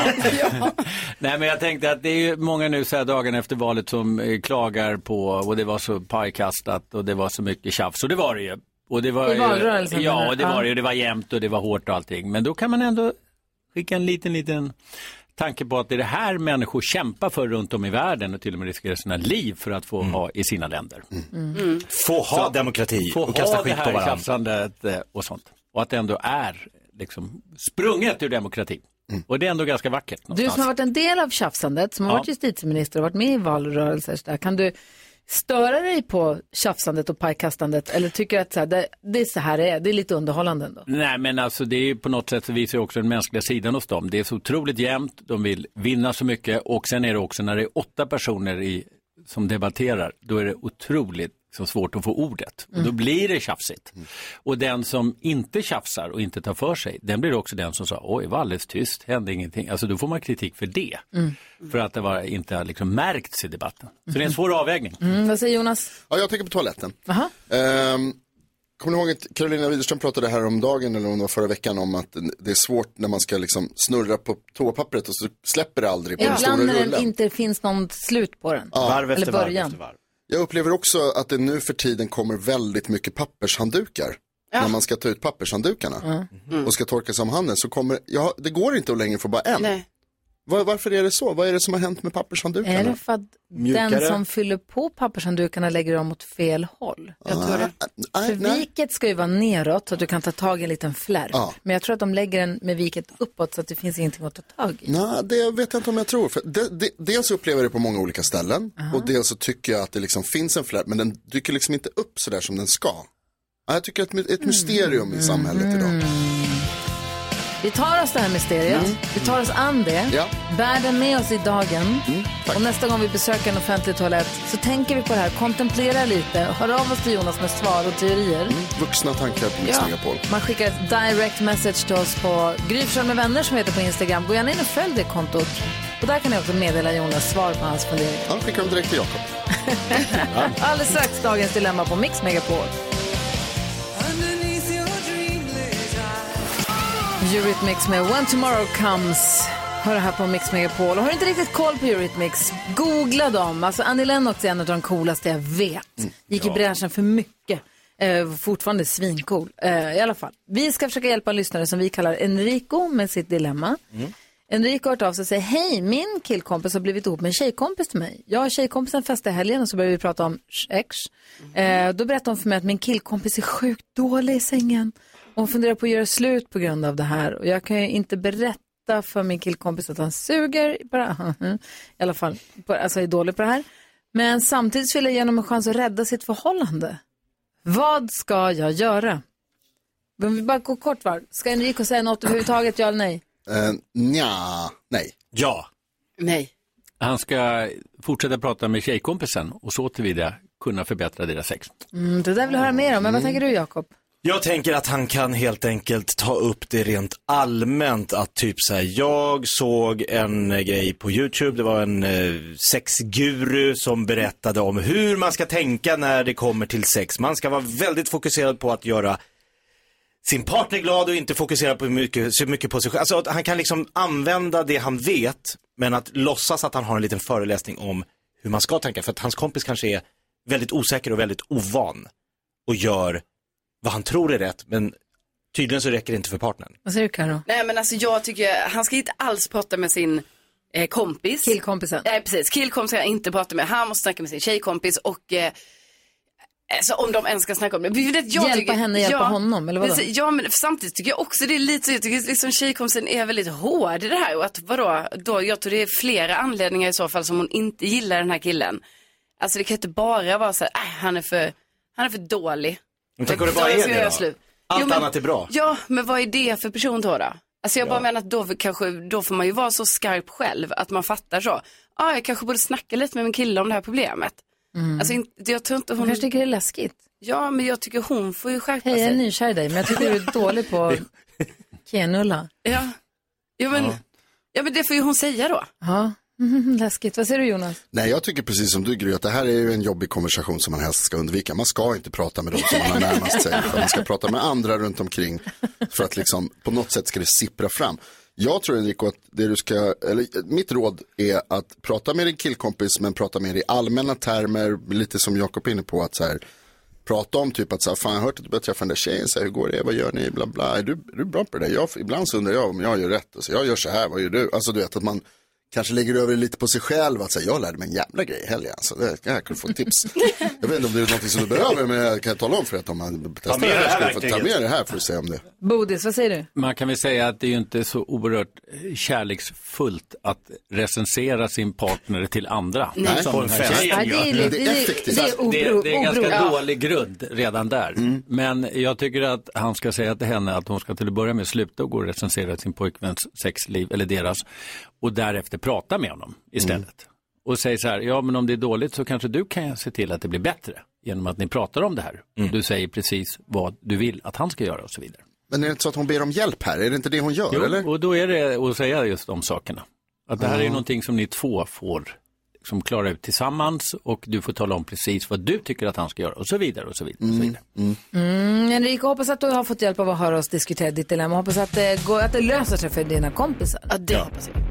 Nej, men jag tänkte att det är ju många nu så här dagen efter valet som eh, klagar på, och det var så pajkastat och det var så mycket tjafs, och det var det ju. Och det var I valrörelsen, ju, ja, menar och det du? var Ja. det ju, det var jämnt och det var hårt och allting. Men då kan man ändå skicka en liten, liten tanke på att det är det här människor kämpar för runt om i världen och till och med riskerar sina liv för att få Mm. ha i sina länder. Mm. Mm. Få ha Så, demokrati Få och kasta ha skit det på här varandra. tjafsandet eh, och sånt. Och att det ändå är liksom sprunget ur demokrati. Och det är ändå ganska vackert Du någonstans. som har varit en del av tjafsandet, som har Ja. varit justitieminister och varit med i valrörelser, så där, kan du störa dig på tjafsandet och pajkastandet, eller tycker att så här, det, det är så här det är, det är lite underhållande ändå? Nej, men alltså det är ju på något sätt så visar också den mänskliga sidan hos dem. Det är så otroligt jämnt, de vill vinna så mycket, och sen är det också när det är åtta personer i, som debatterar, då är det otroligt så svårt att få ordet. Och då blir det tjafsigt. Och den som inte tjafsar och inte tar för sig, den blir också den som sa, oj, var alldeles tyst, hände ingenting. Alltså då får man kritik för det. Mm. För att det var, inte har liksom märkts i debatten. Så det är en svår avvägning. Mm, vad säger Jonas? Ja, jag tänker på toaletten. Aha. Um, kommer ni ihåg att Carolina Widerström pratade här om dagen, eller om det var förra veckan, om att det är svårt när man ska liksom snurra på toapappret och så släpper det aldrig på den stora Ibland när det rullen. inte finns någon slut på den. Ja. Varv efter Eller varv början. efter varv. Jag upplever också att det nu för tiden kommer väldigt mycket pappershanddukar. Ja. När man ska ta ut pappershanddukarna Mm. och ska torka sig om handen, så kommer, ja, det går inte att längre få bara en. Nej. Var, varför är det så? Vad är det som har hänt med pappershanddukarna? Är det för att Mjukare. den som fyller på pappershanddukarna lägger dem åt fel håll? Jag tror det. Nej, För nej. viket ska ju vara neråt så att du kan ta tag i en liten flärp. Ja. Men jag tror att de lägger den med viket uppåt så att det finns ingenting att ta tag i. Nej, det vet jag inte om jag tror. För det, det, dels upplever jag det på många olika ställen. Och dels så tycker jag att det liksom finns en flärp, men den dyker liksom inte upp så där som den ska. Ja, jag tycker att det är ett mysterium i samhället idag. Vi tar oss det här mysteriet, vi tar oss an det, Ja. bär den med oss i dagen. tack. Och nästa gång vi besöker en offentlig toalett så tänker vi på det här, kontemplera lite, hör av oss till Jonas med svar och teorier. Vuxna tankar på Mix Megapol. Man skickar ett direct message till oss på Gry Forssell med vänner som heter på Instagram. Gå gärna in och följ det kontot. Och där kan ni också meddela Jonas svar på hans funderingar. Ja, skickar dem direkt till Jakob. Alldeles strax dagens dilemma på Mix Megapol. Eurythmics med When Tomorrow Comes. Hör det här på Mix Megapol. Och har du inte riktigt koll på Eurythmics, googla dem. Alltså Annie Lennox är en av de coolaste jag vet. Gick i bräschen för mycket. Eh, fortfarande svincool. Eh, I alla fall. Vi ska försöka hjälpa en lyssnare som vi kallar Enrico med sitt dilemma. Mm. Enrico har hört av sig och säger, hej, min killkompis har blivit ihop med en tjejkompis till mig. Jag och tjejkompisen festade helgen och så började vi prata om ex. Eh, då berättade hon för mig att min killkompis är sjukt dålig i sängen. Och hon funderar på att göra slut på grund av det här. Och jag kan ju inte berätta för min killkompis att han suger på det här. I alla fall, på, alltså är dålig på det här. Men samtidigt vill jag ge honom en chans att rädda sitt förhållande. Vad ska jag göra? Om vi bara går kort var. Ska Enrico säga något överhuvudtaget, ja eller nej? Uh, nja, nej. Ja. Nej. Han ska fortsätta prata med tjejkompisen och så tillvida kunna förbättra deras sex. Mm, det där vill jag höra mer om, men vad tänker du, Jakob? Jag tänker att han kan helt enkelt ta upp det rent allmänt, att typ så här, jag såg en grej på YouTube, det var en eh, sexguru som berättade om hur man ska tänka när det kommer till sex. Man ska vara väldigt fokuserad på att göra sin partner glad och inte fokusera på mycket, så mycket på sig själv. Alltså att han kan liksom använda det han vet, men att låtsas att han har en liten föreläsning om hur man ska tänka. För att hans kompis kanske är väldigt osäker och väldigt ovan och gör vad han tror är rätt, men tydligen så räcker det inte för partnern. Vad säger du, Karo? Nej, men alltså jag tycker, han ska inte alls prata med sin eh, kompis. Killkompisen. Nej, precis. Killkompis ska jag inte prata med. Han måste snacka med sin tjejkompis och eh, alltså om de ens ska snacka om det. Jag hjälpa tycker, henne, hjälpa ja, honom, eller vadå? Precis, ja, men samtidigt tycker jag också det är lite så, jag tycker liksom tjejkompisen är väldigt hård i det här. Och att vadå, då, jag tror det är flera anledningar i så fall som hon inte gillar den här killen. Alltså det kan inte bara vara så här, äh, han är för, han är för dålig. Men tänk om det bara är det då? Slut. Allt jo, men, annat är bra. Ja, men vad är det för person då då? Alltså jag Ja. bara menar att då, kanske, då får man ju vara så skarp själv att man fattar så. Ja, ah, jag kanske borde snacka lite med min kille om det här problemet. Mm. Alltså inte, jag tror inte hon... Hon kanske tycker det är läskigt. Ja, men jag tycker hon får ju skärpa Hej, jag är sig. nykär i dig, men jag tycker du är dålig på kenulla. Ja. Ja, men, Ja. ja, men det får ju hon säga då. Ja, mm, läskigt. Vad säger du, Jonas? Nej, jag tycker precis som du, Gry, att det här är ju en jobbig konversation som man helst ska undvika. Man ska inte prata med dem som man har närmast sig, utan man ska prata med andra runt omkring för att liksom, på något sätt ska det sippra fram. Jag tror, Enrico, att det du ska, eller mitt råd är att prata med din killkompis, men prata med i allmänna termer, lite som Jakob är inne på, att så här, prata om typ att så här, fan jag har hört att du börjar träffa den där tjejen, så här, hur går det, vad gör ni, bla bla, är du, är du bra på det där? Jag, ibland så undrar jag om jag gör rätt, alltså, jag gör så här, vad gör du? Alltså du vet att man kanske lägger över lite på sig själv, att säga, jag lärde mig en jävla grej i helgen, alltså, det, jag kunde få tips. Jag vet inte om det är något som du behöver, men jag kan tala om för att om man testar det här, ska du få ta med det här för att se om det. Bodis, vad säger du? Man kan väl säga att det är ju inte så oerhört kärleksfullt att recensera sin partner till andra. Nej. Som På den en här fest. tjejen Ja, det är gör. lite- det är effektivt. det är obro- det, är- det är en ganska obro- ja. dålig grund redan där. Men jag tycker att han ska säga till henne att hon ska till att börja med sluta och gå och recensera sin pojkväns sexliv, eller deras, och därefter prata med honom istället. Och säga så här, ja men om det är dåligt så kanske du kan se till att det blir bättre genom att ni pratar om det här. Du säger precis vad du vill att han ska göra och så vidare. Men är det inte så att hon ber om hjälp här? Är det inte det hon gör, Jo, eller? och då är det att säga just de sakerna. Att det här Ja. är någonting som ni två får som klara ut tillsammans, och du får tala om precis vad du tycker att han ska göra och så vidare och så vidare. Och så vidare. Mm, Enrico, hoppas att du har fått hjälp av att höra oss diskutera ditt dilemma. Hoppas att det, går, att det löser sig för dina kompisar. Ja, det hoppas jag.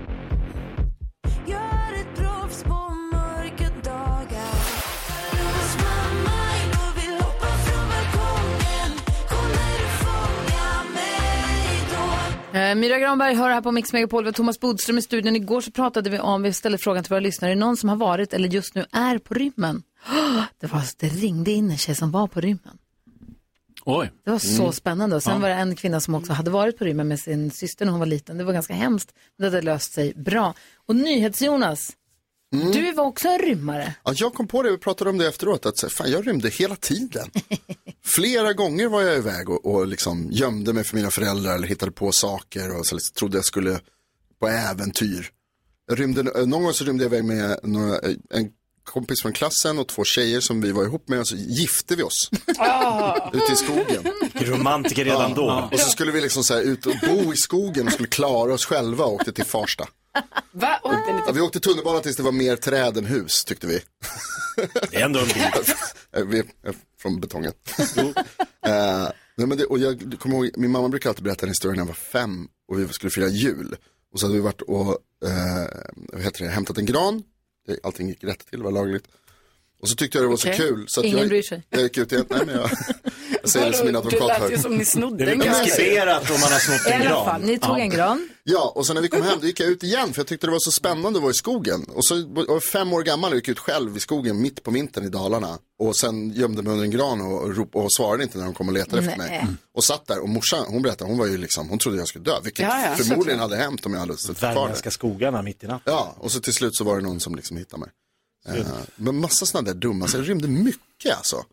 Eh, Myra Granberg hör här på Mix Megapol. Vi har Thomas Bodström i studion. Igår så pratade vi om, vi ställde frågan till våra lyssnare, är det någon som har varit eller just nu är på rymmen? Oh, det, var, det ringde in en tjej som var på rymmen. Oj. Det var så Mm. spännande. Och sen Ja. var det en kvinna som också hade varit på rymmen med sin syster när hon var liten. Det var ganska hemskt, men det hade löst sig bra. Och NyhetsJonas, du var också en rymmare. Ja, jag kom på det, vi pratade om det efteråt, att så, fan, jag rymde hela tiden. Flera gånger var jag iväg och, och liksom gömde mig för mina föräldrar eller hittade på saker och så liksom, trodde jag skulle på äventyr. Jag rymde, någon gång så rymde jag iväg med några, en kompis från klassen och två tjejer som vi var ihop med, och så gifte vi oss ute i skogen. Romantiker redan Ja, då. Och så skulle vi liksom så här, ut och bo i skogen och skulle klara oss själva och åkte till Farsta. Va? Åkte ni Ja, vi åkte tunnelbana tills det var mer träd än hus, tyckte vi. Det är ändå en bit. vi är från betongen. uh, nej, men det, och jag kommer ihåg, min mamma brukar alltid berätta en historia när jag var fem och vi skulle fira jul. Och så hade vi varit och uh, vad heter det, hämtat en gran. Det, allting gick rätt till, det var lagligt. Och så tyckte jag det var Okej. så kul. Så att Ingen jag, bryr sig. Jag gick ut igen. Nej, men jag, jag säger det som min advokat Det hör. lät ju som ni snodde Det är en gran. preskriberat om man har snott I en alla fall, gran. ni tog Ja. en gran. Ja, och sen när vi kom hem då gick jag ut igen för jag tyckte det var så spännande att vara i skogen. Och så var jag fem år gammal och gick ut själv i skogen mitt på vintern i Dalarna. Och sen gömde mig under en gran och, och, rop, och svarade inte när de kom och letade efter Nej. mig. Och satt där och morsan, hon berättade, hon var ju liksom, hon trodde jag skulle dö. Vilket Ja, ja, förmodligen hade hänt om jag hade suttit kvar där. Värmländska skogarna mitt i natten. Ja, och så till slut så var det någon som liksom hittade mig. Uh, men massa sådana där dumma, så jag rymde mycket alltså.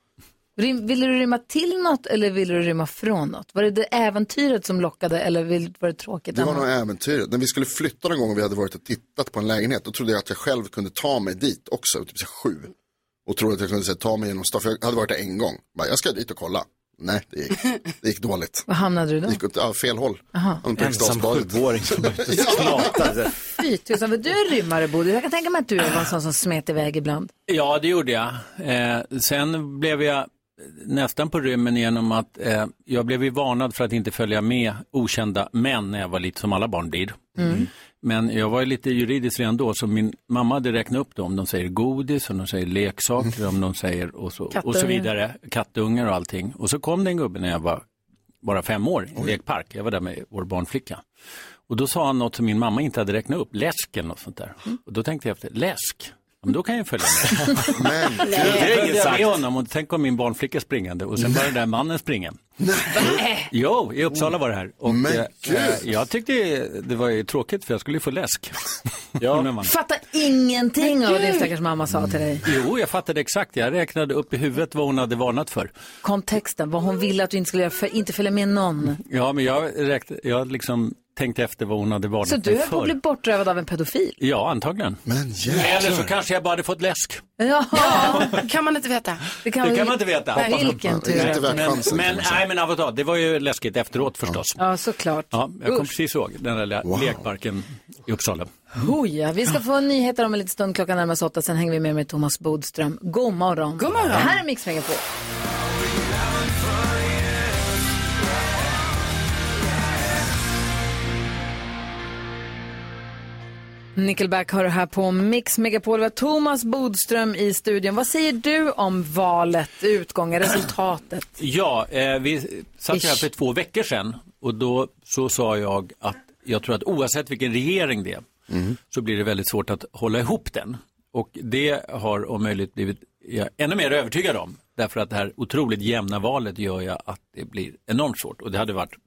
Rim, ville du rymma till något eller ville du rymma från något? Var det det äventyret som lockade eller var det tråkigt? Det var nog äventyret. När vi skulle flytta någon gång och vi hade varit och tittat på en lägenhet, då trodde jag att jag själv kunde ta mig dit också, typ så sju. Och trodde att jag kunde säga, ta mig genom stan, för jag hade varit där en gång. Bara, jag ska dit och kolla. Nej, det gick, det gick dåligt. Vad hamnade du då? Det gick åt ja, fel håll. Ensam sjuåring som knatade. Fy tusan, du är rymmare, Bodil. Jag kan tänka mig att du var en sån som smet iväg ibland. Ja, det gjorde jag. Eh, sen blev jag nästan på rymmen genom att eh, jag blev ju varnad för att inte följa med okända män när jag var lite som alla barn blir. Mm. Men jag var lite juridiskt redan då, så min mamma hade räknat upp dem. Om de säger godis, om de säger leksaker, om de säger och så, och så vidare. Kattungar och allting. Och så kom det en gubbe när jag var bara fem år i en lekpark. Jag var där med vår barnflicka. Och då sa han något som min mamma inte hade räknat upp. Läsk eller något sånt där. Mm. Och då tänkte jag efter, läsk? Men då kan jag följa med. Men, det är inget sagt. Med honom och tänk om min barnflicka springande. Och sen var det där mannen springa. Nej. Jo, i Uppsala var det här. Och Men, eh, jag tyckte det var ju tråkigt för jag skulle få läsk. Ja. Fattar ingenting av det stackars mamma sa till dig. Jo, jag fattade exakt. Jag räknade upp i huvudet vad hon hade varnat för. Kontexten, vad hon ville att du inte skulle göra, för inte följa med någon. Ja, men jag räknade, jag liksom tänkte efter vad hon hade varnat för. Så du är på att bli bortrövad av en pedofil? Ja, antagligen. Men Eller så kanske jag bara hade fått läsk. Ja, kan man inte veta. Det kan, det kan man inte veta. Nej, vilken tur. Men, men, nej, men avotad, det var ju läskigt efteråt förstås. Ja, såklart. Ja, jag kom Usch. precis ihåg den där wow. lekparken i Uppsala. Oh, ja. Vi ska få nyheter om en liten stund, klockan närmast åtta. Sen hänger vi med med Thomas Bodström. God morgon. God morgon. Det här är Mix Megapol. Nickelback har det här på Mix Megapol. Vi har Thomas Bodström i studion. Vad säger du om valet, utgången, resultatet? Ja, eh, vi satt här för två veckor sedan och då så sa jag att jag tror att oavsett vilken regering det är mm. så blir det väldigt svårt att hålla ihop den. Och det har om möjligt blivit jag ännu mer övertygad om. Därför att det här otroligt jämna valet gör jag att det blir enormt svårt. Och det hade varit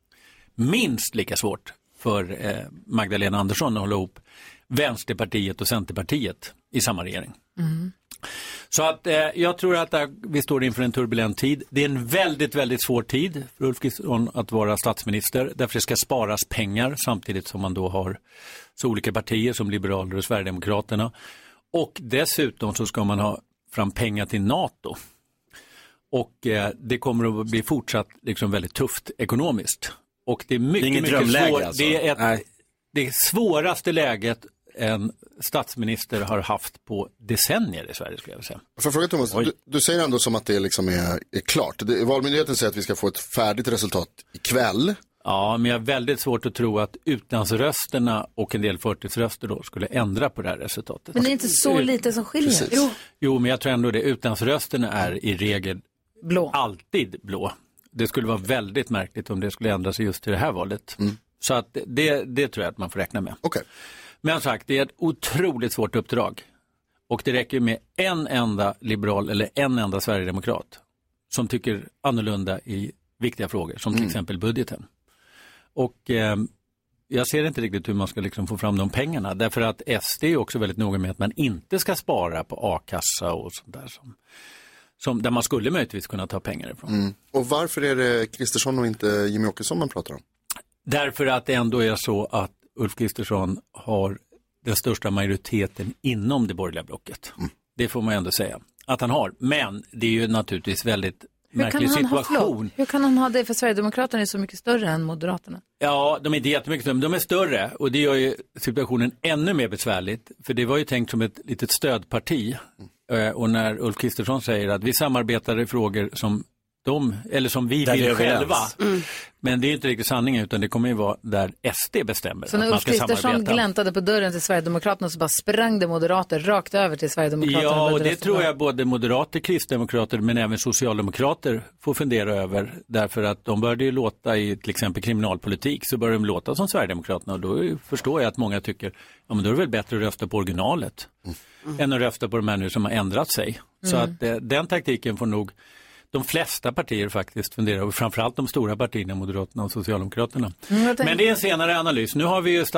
minst lika svårt för eh, Magdalena Andersson att hålla ihop Vänsterpartiet och Centerpartiet i samma regering. Mm. Så att eh, jag tror att där, vi står inför en turbulent tid. Det är en väldigt, väldigt svår tid för Ulf Kristersson att vara statsminister. Därför det ska sparas pengar samtidigt som man då har så olika partier som Liberaler och Sverigedemokraterna. Och dessutom så ska man ha fram pengar till NATO. Och eh, det kommer att bli fortsatt liksom väldigt tufft ekonomiskt. Och det är mycket, det är mycket svårt. Alltså. Det är ett, det svåraste läget en statsminister har haft på decennier i Sverige, skulle jag säga. Får jag fråga Thomas, du, du säger ändå som att det liksom är, är klart. Det, Valmyndigheten säger att vi ska få ett färdigt resultat ikväll. Ja, men jag har väldigt svårt att tro att utlandsrösterna och en del förtidsröster då skulle ändra på det här resultatet. Men det är inte så lite som skiljer. Jo. jo, men jag tror ändå det. Utlandsrösterna är i regel blå. Alltid blå. Det skulle vara väldigt märkligt om det skulle ändra sig just till det här valet. Mm. Så att det, det tror jag att man får räkna med. Okay. Men sagt, det är ett otroligt svårt uppdrag. Och det räcker med en enda liberal eller en enda sverigedemokrat som tycker annorlunda i viktiga frågor, som till mm. exempel budgeten. Och eh, jag ser inte riktigt hur man ska liksom få fram de pengarna. Därför att S D är också väldigt noga med att man inte ska spara på a-kassa och sånt där som... Som, där man skulle möjligtvis kunna ta pengar ifrån. Mm. Och varför är det Kristersson och inte Jimmie Åkesson man pratar om? Därför att det ändå är så att Ulf Kristersson har den största majoriteten inom det borgerliga blocket. Mm. Det får man ändå säga att han har. Men det är ju naturligtvis väldigt Hur märklig kan han situation. Ha, Hur kan han ha det? För Sverigedemokraterna är så mycket större än Moderaterna. Ja, de är inte jättemycket större, men de är större. Och det gör ju situationen ännu mer besvärligt. För det var ju tänkt som ett litet stödparti. Mm. Och när Ulf Kristersson säger att vi samarbetar i frågor som de, eller som vi där vill själva. Mm. Men det är inte riktigt sanningen, utan det kommer ju vara där S D bestämmer. Så när Ulf Kristersson gläntade på dörren till Sverigedemokraterna så bara sprang det moderater rakt över till Sverigedemokraterna. Ja, och det tror jag både moderater, kristdemokrater men även socialdemokrater får fundera över. Därför att de började ju låta i till exempel kriminalpolitik så började de låta som Sverigedemokraterna. Och då förstår jag att många tycker, ja men då är det väl bättre att rösta på originalet. Mm. Än att rösta på de här nu som har ändrat sig. Mm. Så att eh, den taktiken får nog de flesta partier faktiskt fundera, och framförallt de stora partierna, Moderaterna och Socialdemokraterna. Mm, men det är en senare analys. Nu har vi ju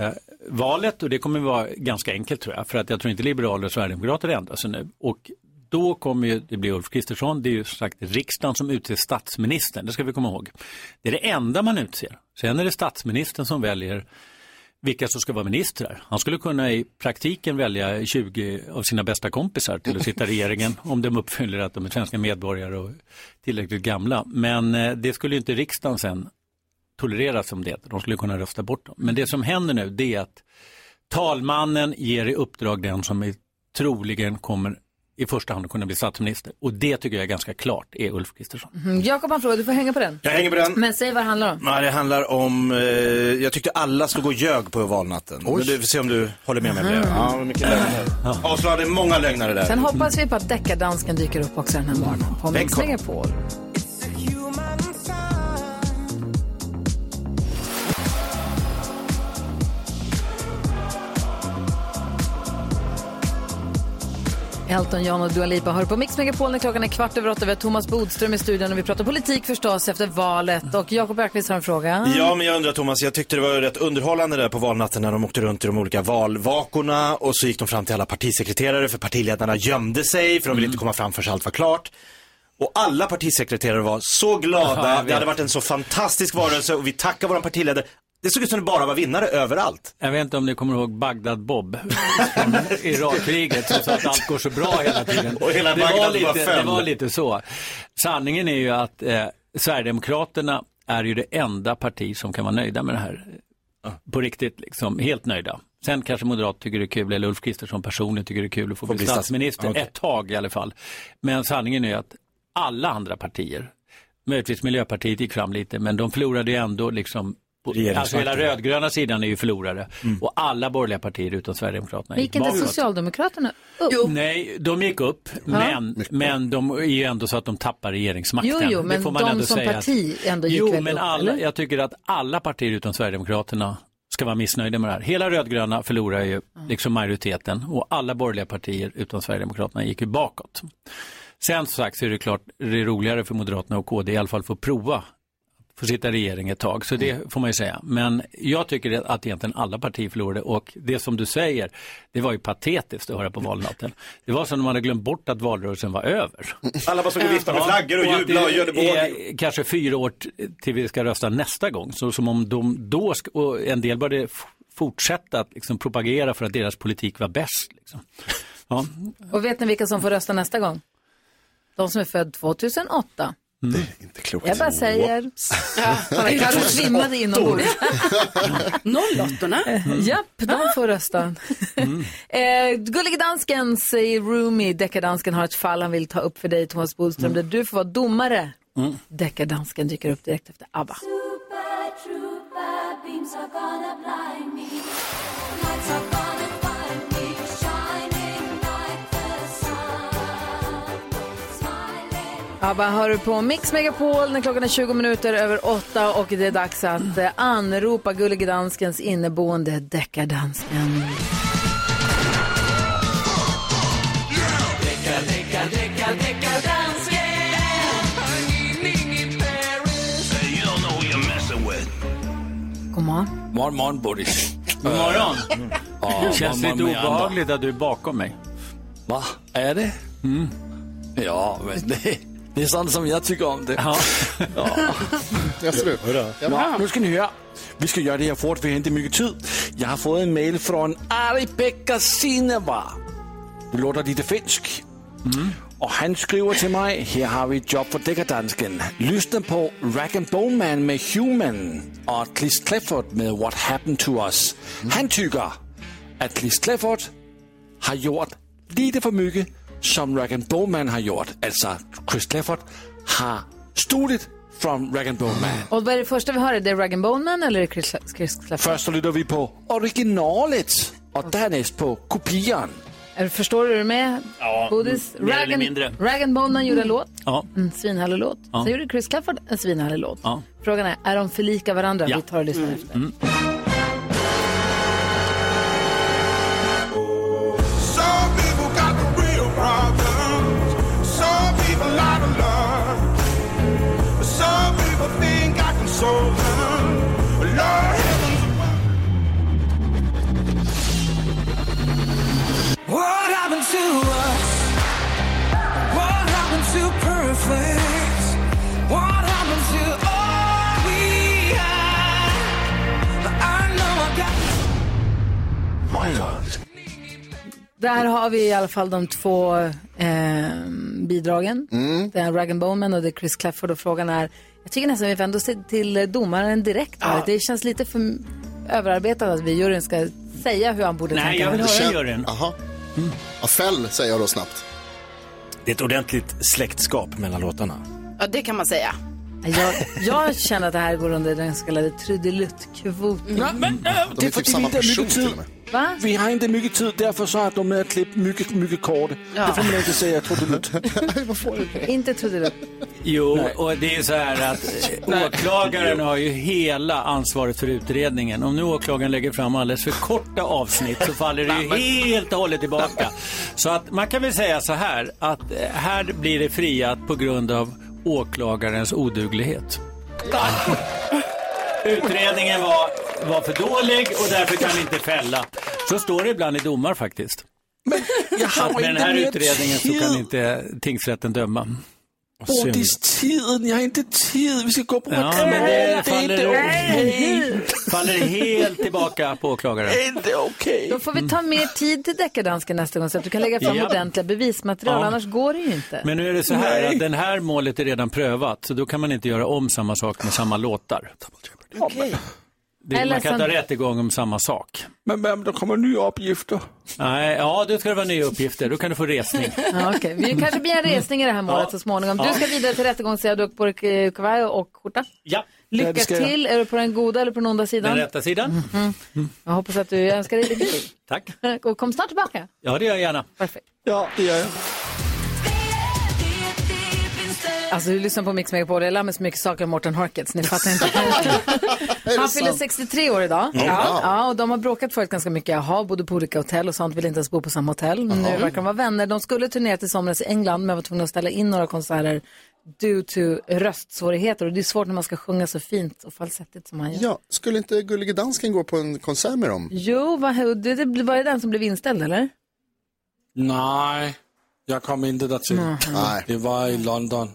statsministervalet eh, och det kommer vara ganska enkelt tror jag. För att jag tror inte liberaler och Sverigedemokrater ändrar sig nu. Och då kommer ju, det blir Ulf Kristersson, det är ju sagt riksdagen som utser statsministern, det ska vi komma ihåg. Det är det enda man utser. Sen är det statsministern som väljer vilka som ska vara ministrar. Han skulle kunna i praktiken välja tjugo av sina bästa kompisar till att sitta i regeringen om de uppfyller att de är svenska medborgare och tillräckligt gamla. Men eh, det skulle ju inte riksdagen sen tolerera som det. De skulle kunna rösta bort dem. Men det som händer nu, det är att talmannen ger i uppdrag den som är, troligen kommer i första hand att kunna bli statsminister. Och det tycker jag är ganska klart är Ulf Kristersson. Mm, Jakob, han frågar, du får hänga på den. Jag hänger på den. Men säg vad det handlar om. Nej, det handlar om, eh, jag tyckte alla skulle gå ljög på valnatten. Men du får se om du håller med mig. Mm. Ja, mycket lögner. Ja. Avslöjade många lögnare där. Sen hoppas vi på att deckardansken dyker upp också den här morgonen. På Mix Megapol. Elton John och Dua Lipa hör på Mix Megapol när klockan är kvart över åtta. Vi har Thomas Bodström i studion och vi pratar politik förstås efter valet. Och Jakob Bergqvist har en fråga. Ja, men jag undrar Thomas, jag tyckte det var rätt underhållande där på valnatten när de åkte runt i de olika valvakorna och så gick de fram till alla partisekreterare för partiledarna gömde sig för de ville mm. inte komma fram förrän allt var klart. Och alla partisekreterare var så glada. Ja, det hade varit en så fantastisk varelse och vi tackar våra partiledare. Det såg ut som det bara var vinnare överallt. Jag vet inte om ni kommer ihåg Bagdad Bob från Irakkriget som sa att allt går så bra hela tiden. Och hela det, Bagdad var lite, var det var lite så. Sanningen är ju att eh, Sverigedemokraterna är ju det enda parti som kan vara nöjda med det här. På riktigt, liksom, helt nöjda. Sen kanske Moderat tycker det är kul, eller Ulf Kristersson personligen tycker det är kul att få bli statsminister. Okay. Ett tag i alla fall. Men sanningen är ju att alla andra partier, möjligtvis Miljöpartiet gick fram lite, men de förlorade ju ändå liksom. Alltså hela rödgröna sidan är ju förlorare. Mm. Och alla borgerliga partier utom Sverigedemokraterna gick inte Socialdemokraterna upp? Jo. Nej, de gick upp. Ja. Men, men de är ju ändå så att de tappar regeringsmakten. Jo, jo, men de som säga parti ändå gick jo, väl men upp, alla, eller? jag tycker att alla partier utom Sverigedemokraterna ska vara missnöjda med det här. Hela rödgröna förlorar ju liksom majoriteten. Och alla borgerliga partier utom Sverigedemokraterna gick ju bakåt. Sen så sagt så är det klart det är roligare för Moderaterna och K D i alla fall få prova få sitta i regering ett tag, så det får man ju säga. Men jag tycker att egentligen alla partier förlorade och det som du säger, det var ju patetiskt att höra på valnatten. Det var som när man hade glömt bort att valrörelsen var över. Alla bara såg och viftade med flaggor och jubla och gjorde båg. Kanske fyra år till vi ska rösta nästa gång, så som om de då, ska, och en del började fortsätta att liksom propagera för att deras politik var bäst. Liksom. Ja. Och vet ni vilka som får rösta nästa gång? De som är född tjugohundraåtta. Mm. Det är inte klokt. Jag bara säger. Ja, han kanske svimmade inombords. nollåttorna. Mm. Japp, de får rösta. Mm. eh, Gullige Danskens i Roomy, Deckardansken har ett fall han vill ta upp för dig, Thomas Bodström, mm. där du får vara domare. Mm. Deckardansken dyker upp direkt efter ABBA. Super, trooper, beams are gonna blind me. Lights are gonna find me, shining like the sun. ABBA hör du på Mix Megapol när klockan är tjugo minuter över åtta och det är dags att eh, anropa Gullige Danskens inneboende Deckardansken. God morgon. Morgon, morgon, Boris. God morgon. Mm. Oh, det känns lite obehagligt att du är bakom mig. Va? Är det? Mm. Ja, men det, det är sånt som jag tycker om det. Ja. Ja. Jag ser ut. Ja, nu ska ni höra. Vi ska göra det här fort, vi har inte mycket tid. Jag har fått en mail från Ari-Pekka Sineva. Det låter lite finsk. Mm. Och han skriver till mig, här har vi ett jobb för Deckardansken. Lyssna på Rag and Bone Man med Human och Chris Clifford med What Happened to Us. Mm. Han tycker att Chris Clifford har gjort lite för mycket som Rag and Bone Man har gjort. Alltså Chris Clifford har stulit från Rag and Bone Man. Och vad är det första vi hör? Är det Rag and Bone Man eller är det Chris, Chris Clifford? Först så lyssnar vi på originalet och därnäst på kopian. Förstår du med? Ja, Bodis? mer eller mindre. Rag and Bone Man gjorde en låt. Ja. En svinhärlig låt. Ja. Sen gjorde Chris Clifford en svinhärlig låt. Ja. Frågan är, är de för lika varandra? Ja. Vi tar och lyssnar mm. efter. Mm. What happened to us? Där har vi i alla fall de två eh, bidragen. Mm. Det är Rag and Bone Man och det är Chris Clafford. Och frågan är, jag tycker nästan vi vänder oss till domaren direkt. Ja. Det känns lite för överarbetat att vi juryn ska säga hur han borde Nej, tänka. jag vill höra juryn. Jaha. Mm. Ja, fäll säger jag då snabbt. Det är ett ordentligt släktskap mellan låtarna. Ja, det kan man säga. Jag, jag känner att det här går under den så kallade trudeluttkvoten. Ja, men, äh, det är för typ samma person till och med. Va? Vi har inte mycket tid, därför så har de med klipp mycket, mycket kort. Ja. Det får man inte säga trudelutt. Inte trudelutt. Jo, Nej. Och det är så här att åklagaren har ju hela ansvaret för utredningen. Om nu åklagaren lägger fram alldeles för korta avsnitt så faller det ju helt och hållet tillbaka. Så att man kan väl säga så här att här blir det friat på grund av åklagarens oduglighet. Utredningen var, var för dålig och därför kan vi inte fälla. Så står det ibland i domar faktiskt. Men jag har att med den här utredningen tid. så kan inte tingsrätten döma. Bådistiden, jag har inte tid. Vi ska gå på ja, ett men det faller, inte okay. faller helt tillbaka på åklagaren. Det är inte okej. Okay. Då får vi ta mer tid till deckardansken nästa gång så att du kan lägga fram ja. ordentliga bevismaterial, ja. Annars går det ju inte. Men nu är det så här Nej. att den här målet är redan prövat, så då kan man inte göra om samma sak med samma låtar. Okej. Okay. Det, man kan inte ha rätt igång om samma sak. Men, men då kommer nya uppgifter. Nej, ja, då ska det vara nya uppgifter. Då kan du få resning. Ja, okay. Vi kanske blir en resning i det här målet ja. så småningom. Du ska vidare till rättegång, säger du, på kavaj och skjorta. Ja. Lycka till. Är du på den goda eller på den onda sidan? Den rätta sidan. Mm. Mm. Jag hoppas att du önskar dig lycka till. Tack. Och kom snart tillbaka. Ja, det gör jag gärna. Perfekt. Ja, det gör jag. Alltså du lyssnar på Mix Megapol, jag lär mig så mycket saker om Morten Harkets, ni fattar inte. Han fyller sextiotre år idag. Mm. Ja. Ja, och de har bråkat förut ganska mycket. Jaha, bodde på olika hotell och sånt, vill inte ens bo på samma hotell. Men nu verkar de vara vänner. De skulle turnera till somras i England men var tvungna att ställa in några konserter due to röstsvårigheter. Och det är svårt när man ska sjunga så fint och falsettigt som han gör. Ja, skulle inte Gullige Dansken gå på en konsert med dem? Jo, var det, det, var det den som blev inställd eller? Nej, jag kom inte där till. Mm. Nej. Det var i London.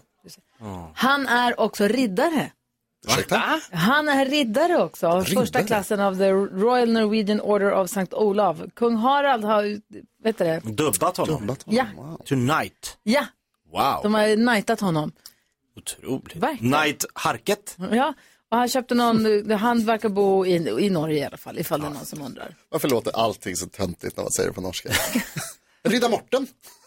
Han är också riddare. Va? Han är riddare också av riddare. Första klassen av the Royal Norwegian Order of Sankt Olav. Kung Harald har, vet du det? Dubbat honom. Dubbat honom. Ja. Wow. Tonight. Ja. Wow. De har knightat honom. Otroligt. Verkligen. Knight Harket. Ja. Och han köpte någon, han verkar bo i, i Norge i alla fall, ifall det är någon som undrar. Varför låter allting så töntigt när man säger det på norska? Ridda Morten.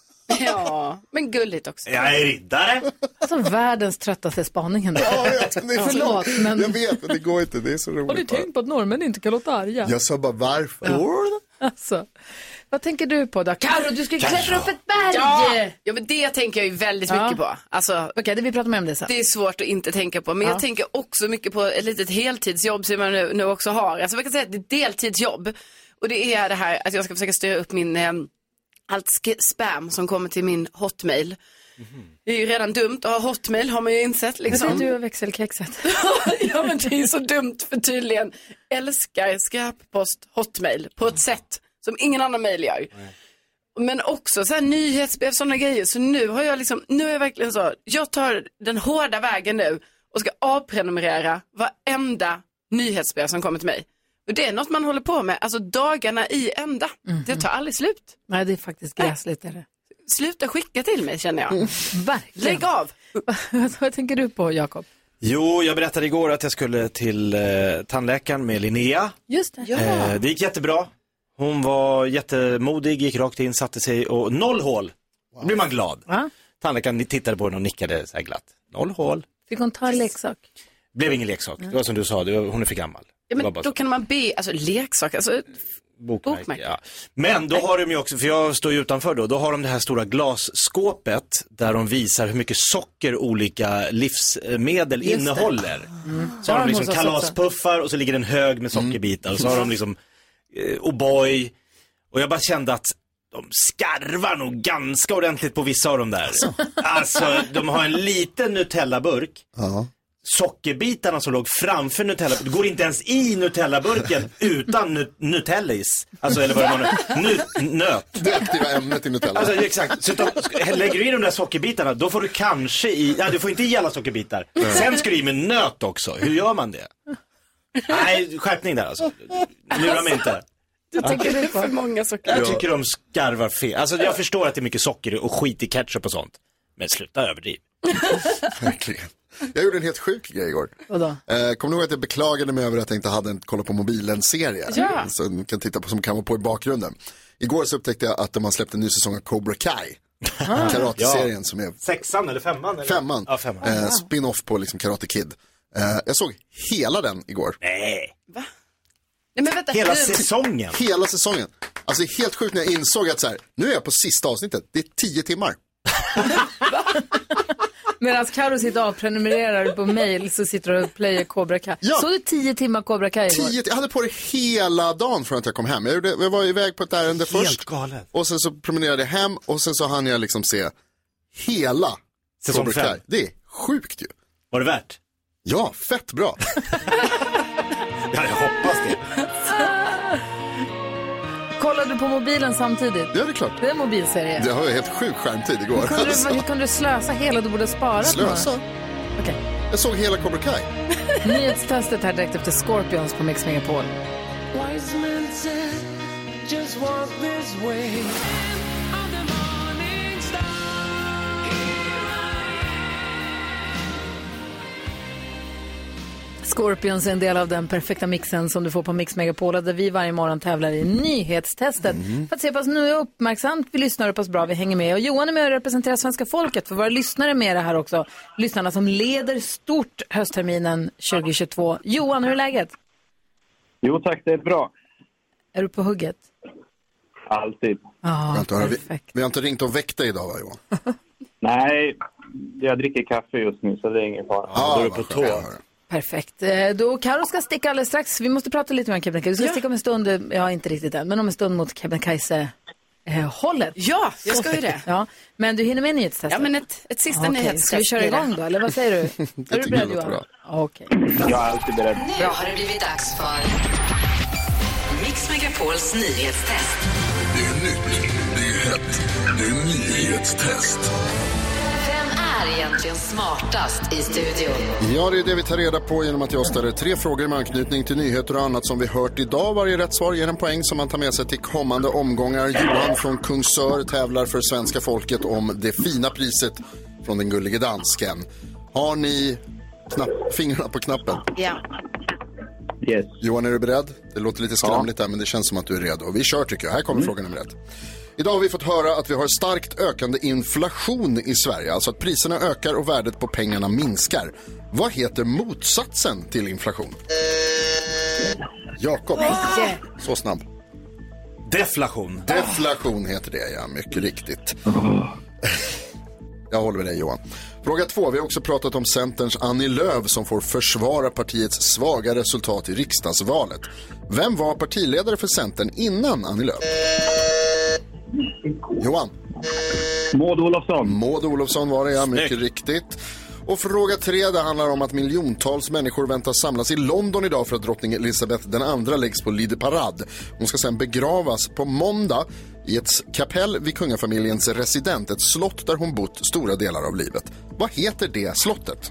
Ja, men gulligt också. Jag är riddare. Alltså världens tröttaste spaningen. Ja, jag vet, det är Förlåt, men... Jag vet, men det går inte. Det är så roligt. Har du tänkt på att norrmän inte kan låta arga? Jag sa bara varför. Ja. Alltså, vad tänker du på då? Karo, du ska klättra upp ett berg! Ja, ja men det tänker jag ju väldigt ja. mycket på. Alltså, Okej, okay, det vi pratar mer om det sen. Det är svårt att inte tänka på. Men ja. jag tänker också mycket på ett litet heltidsjobb som jag nu, nu också har. Alltså man kan säga att det är deltidsjobb. Och det är det här att jag ska försöka styra upp min... Eh, allt spam som kommer till min hotmail. Mm-hmm. Det är ju redan dumt att ha hotmail, har man ju insett. Liksom. Men det är du och växelkexet. Ja, men det är så dumt för tydligen älskar skräppost hotmail på ett sätt som ingen annan mail gör. Mm. Men också så här nyhetsbrev, sådana grejer. Så nu har jag liksom, nu är jag verkligen så, jag tar den hårda vägen nu och ska avprenumerera varenda nyhetsbrev som kommer till mig. Och det är något man håller på med, alltså dagarna i ända. Mm-hmm. Det tar aldrig slut. Nej, det är faktiskt gräsligt. Är det. Sluta skicka till mig, känner jag. Mm, verkligen. Lägg av. Vad tänker du på, Jakob? Jo, jag berättade igår att jag skulle till eh, tandläkaren med Linnea. Just det. Ja. Eh, det gick jättebra. Hon var jättemodig, gick rakt in, satte sig och noll hål. Wow. Då blir man glad. Va? Tandläkaren tittade på henne och nickade så här glatt. Noll hål. Fick hon ta en leksak? Blev ingen leksak. Mm. Det var som du sa, det var, hon är för gammal. Ja, men då så. Kan man be, alltså leksak, alltså bokmärke, bokmärke. Ja. Men då har de ju också, för jag står ju utanför då, då har de det här stora glasskåpet där de visar hur mycket socker olika livsmedel Just innehåller. Mm. Så har de liksom kalaspuffar och så ligger en hög med sockerbitar och så har de liksom eh, O'boy. Och jag bara kände att de skarvar nog ganska ordentligt på vissa av dem där. Alltså, alltså de har en liten Nutella-burk. Ja. Sockerbitarna som låg framför Nutella, det går inte ens i Nutella-burken utan nu- Nutellis. Alltså, eller vad det var nu, nu- nöt. Det aktiva ämnet i Nutella. Alltså, exakt. Så då, lägger du i de där sockerbitarna, då får du kanske i, ja, du får inte i alla sockerbitar. Mm. Sen ska du i med nöt också. Hur gör man det? Nej, skärpning där alltså. Lura mig inte. Jag tycker det är för många socker. Jag tycker de skarvar fel. Alltså jag förstår att det är mycket socker och skit i ketchup och sånt. Men sluta överdriv. Verkligen. Jag gjorde en helt sjuk grej igår. Vadå? Eh, kommer du ihåg att jag beklagade mig över att jag inte hade en kolla på mobilen-serie? Ja. Så ni kan titta på som kan vara på i bakgrunden. Igår så upptäckte jag att de har släppt en ny säsong av Cobra Kai. Ah. Karate-serien Ja. som är... Sexan eller femman? Eller? Femman. Ja, femman. Eh, spin-off på liksom Karate Kid. Eh, jag såg hela den igår. Nej. Va? Nej, men vänta, Hela hur- säsongen? Hela säsongen. Alltså helt sjukt när jag insåg att så här, nu är jag på sista avsnittet. Det är tio timmar. Medan Karo sitter och avprenumererar på mail så sitter du och playar Cobra Kai. Ja. Så du tio timmar Cobra Kai igår? Tio, jag hade på det hela dagen från att jag kom hem. Jag, gjorde, jag var iväg på ett ärende Helt först. galet. Och sen så promenerade jag hem och sen så hann jag liksom se hela Säsong Cobra fem. Kai. Det är sjukt ju. Var det värt? Ja, fett bra. Ja, jag hoppas det. Kollade du på mobilen samtidigt? Ja, det är klart. Det är en mobilserie. Det har ju helt sjuk skärmtid igår. Hur kunde, Alltså. du, hur kunde du slösa hela du borde spara? Slösa? Okej. Jag såg hela Cobra Kai. Nyhetstestet här direkt efter Scorpions på Mix Megapol. Wise men said, just walk this way. Scorpions är en del av den perfekta mixen som du får på Mix Megapol, där vi varje morgon tävlar i nyhetstestet. Mm. För att se hur pass nu är uppmärksamt vi lyssnar hur pass bra vi hänger med. Och Johan är med och representerar svenska folket, för våra lyssnare är med det här också. Lyssnarna som leder stort höstterminen tjugohundratjugotvå. Johan, hur är läget? Jo tack, det är bra. Är du på hugget? Alltid. Ja, vi, har inte, vi, vi har inte ringt och väckt dig idag, va, Johan? Nej, jag dricker kaffe just nu så det är ingen fara. Ja, Då är du vad på skönt tå. att höra. Perfekt. Eh, Då Karo ska sticka alldeles strax. Vi måste prata lite med Kebnekaise. Du ska Ja. sticka om en stund, eh, ja inte riktigt än, men om en stund mot Kebnekaise eh, hållet. Ja, jag ska ju det. Ja, men du hinner med nyhetstestet? Ja, men ett, ett sista Okej, nyhetstest. ska vi köra blir det. igång då, eller vad säger du? Det Är du tycker beredd jag låter Johan? bra. Okej. Jag är alltid beredd. Nu har det blivit dags för Mix Megapols nyhetstest. Det är nytt, det är hett, det är nyhetstest. Vem är egentligen smartast i studion? Ja, det är det vi tar reda på genom att jag ställer tre frågor med anknytning till nyheter och annat som vi hört idag. Varje rätt svar ger en poäng som man tar med sig till kommande omgångar. Johan från Kungsör tävlar för svenska folket om det fina priset från den gullige dansken. Har ni knapp, fingrarna på knappen? Ja. Yes. Johan, är du beredd? Det låter lite skramligt där, men det känns som att du är redo. Vi kör tycker jag. Här kommer fråga nummer ett. Idag har vi fått höra att vi har starkt ökande inflation i Sverige. Alltså att priserna ökar och värdet på pengarna minskar. Vad heter motsatsen till inflation? Jakob. Så snabb. Deflation. Deflation heter det, ja. Mycket riktigt. Jag håller med dig, Johan. Fråga två. Vi har också pratat om Centerns Annie Lööf som får försvara partiets svaga resultat i riksdagsvalet. Vem var partiledare för Centern innan Annie Lööf? Johan. Maud Olofsson. Maud Olofsson var det, ja. Mycket riktigt. Och fråga tre, det handlar om att miljontals människor väntas samlas i London idag för att drottning Elizabeth den andra läggs på Lide Parade. Hon ska sedan begravas på måndag i ett kapell vid kungafamiljens resident, ett slott där hon bott stora delar av livet. Vad heter det slottet?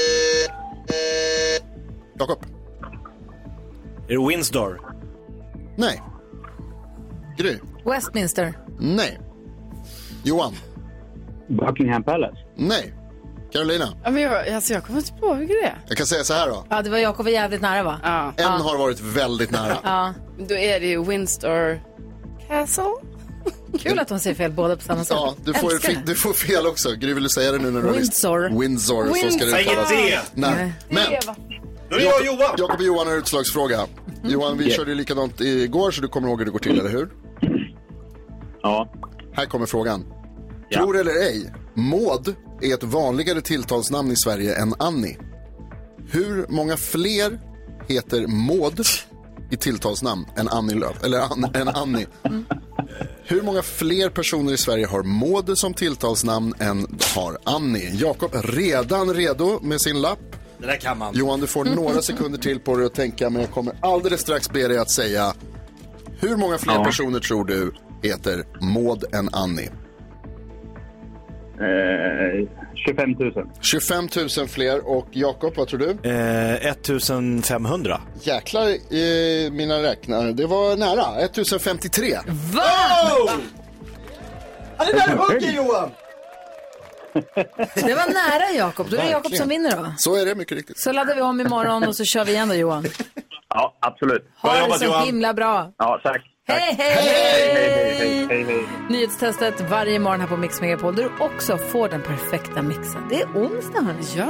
Jakob. Är det Windsor? Nej. Gry. Westminster. Nej. Johan. Buckingham Palace. Nej. Carolina. Ja, men jag, alltså, jag kommer inte på hur det är. Jag kan säga så här då. Ja, det var Jakob var jävligt nära va? Ja. En har varit väldigt nära. Ja. Då är det ju Windsor Castle. Kul att de säger fel båda på samma sätt. Ja, du får, Älskar det. du får fel också. Gry, vill du säga det nu när du har Windsor. lyssnat? Windsor. Så ska det Säg uttalas. inte det. Nej. Men Då är jag Johan. Jakob och Johan har utslagsfråga. Johan, vi Yeah. körde ju likadant igår så du kommer ihåg hur det går till, eller hur? Ja. Här kommer frågan. Ja. Tror eller ej, Maud är ett vanligare tilltalsnamn i Sverige än Annie. Hur många fler heter Maud i tilltalsnamn än Annie Lööf? Eller an, än Annie? Hur många fler personer i Sverige har Maud som tilltalsnamn än har Annie? Jakob är redan redo med sin lapp. Det där kan man. Johan, du får några sekunder till på dig att tänka, men jag kommer alldeles strax be dig att säga hur många fler Ja. personer tror du heter Maud än Annie? Eh, tjugofem tusen. tjugofem tusen fler. Och Jakob, vad tror du? Eh, ettusenfemhundra. Jäklar i mina räknar. Det var nära. ettusenfemtiotre. Va? Oh! Han är där och hugger, Johan! Det var nära, Jakob. Då är det Jakob som vinner då. Så är det, mycket riktigt. Så laddar vi om imorgon och så kör vi igen då, Johan. Ja, absolut. Ha det så himla bra. Ja, tack. Hej, hej! Hej, hej, hej, hej, hej. Nyhetstestet varje morgon här på Mix Megapol där du också får den perfekta mixen. Det är onsdag, hörni. Ja.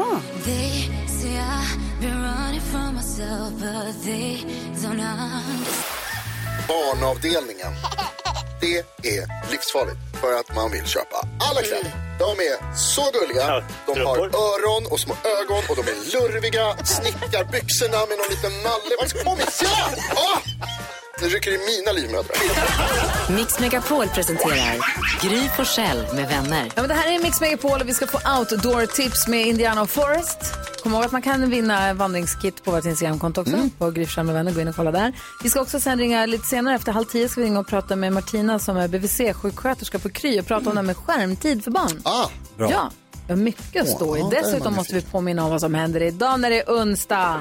Barnavdelningen. Det är livsfarligt för att man vill köpa alla kläder. De är så gulliga. De har öron och små ögon och de är lurviga. Snickar byxorna med någon liten nalle. Vad ska man missa? Ah! Det rycker i mina livmödrar. Mix Megapol presenterar Gry Forssell med vänner. Ja, men det här är Mix Megapol och vi ska få outdoor-tips med Indiana och Forest. Kom ihåg att man kan vinna vandringskit på vårt Instagramkonto också. Mm. På Gry Forssell med vänner, gå in och kolla där. Vi ska också sen ringa lite senare efter halv tio ska vi ringa och prata med Martina som är B V C-sjuksköterska på Kry och prata mm. om det med skärmtid för barn. Ah, bra. Ja, det är mycket att stå i. Oh, dessutom måste vi påminna om vad som händer idag när det är onsdag.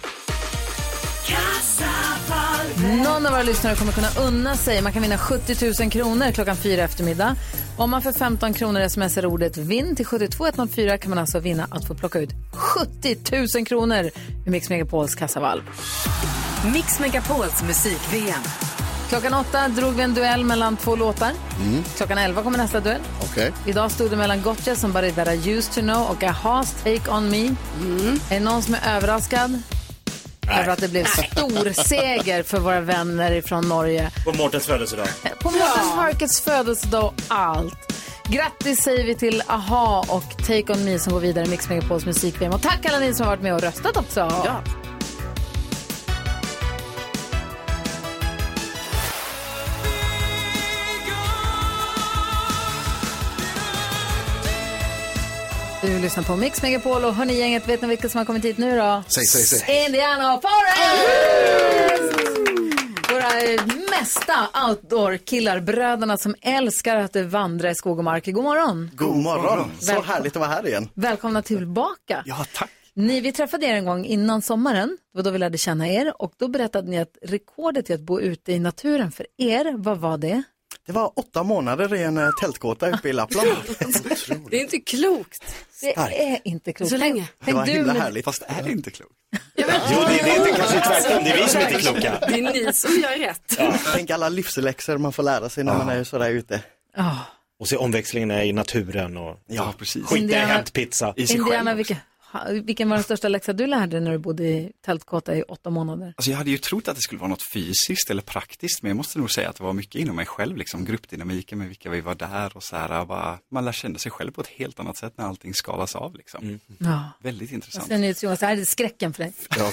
Någon av våra lyssnare kommer kunna unna sig. Man kan vinna sjuttio tusen kronor klockan fyra eftermiddag. Om man för femton kronor smsar ordet vinn till sjuttiotvå ett noll fyra kan man alltså vinna att få plocka ut sjuttio tusen kronor i Mix Megapols kassavalv. Mix Megapols musik-V M. Klockan åtta drog vi en duell mellan två låtar. Mm. Klockan elva kommer nästa duell. Okay. Idag stod det mellan Gotcha som bara där I used to know och Aha's Take On Me. Mm. Är det någon som är överraskad? Över att det blev stor seger för våra vänner från Norge. På Mårtens födelsedag. På Mårtens Harkets födelsedag och allt. Grattis säger vi till Aha och Take On Me som går vidare i Mix Megapols musik-V M. Och tack alla ni som har varit med och röstat också. Ja. Du lyssnar på Mix Megapol och hörni gänget, vet ni vilka som har kommit hit nu då? Säg, säg, säg. Indiana och Forest! Våra mesta outdoor-killar, bröderna som älskar att vandra i skog och mark. God morgon! God morgon! Så Välkom- härligt att vara här igen. Välkomna tillbaka! Ja, tack! Ni, vi träffade er en gång innan sommaren, det var då vi lärde känna er. Och då berättade ni att rekordet i att bo ute i naturen för er, vad var det? Det var åtta månader i en tältgåta uppe i Lappland. Det är inte klokt. Det är inte klokt. Så länge. Det var himla med... härligt, fast är det inte klokt? Jo, det, det är inte kanske tvärtom. Det är vi som är inte kloka. Det är ni som gör rätt. Ja. Tänk alla livsläxor man får lära sig när ja. man är sådär ute. Ja. Och se omväxlingen är i naturen och ja, precis. skita i hämtpizza. Indiana, vilken, vilken var den största läxa du lärde när du bodde i tältkåta i åtta månader? Alltså jag hade ju trott att det skulle vara något fysiskt eller praktiskt, men jag måste nog säga att det var mycket inom mig själv, liksom gruppdynamiken med vilka vi var där och så här, bara, man lär känna sig själv på ett helt annat sätt när allting skalas av liksom. Mm. Ja. Väldigt intressant. Sen är det, Jonas, det här är skräcken för dig. Ja,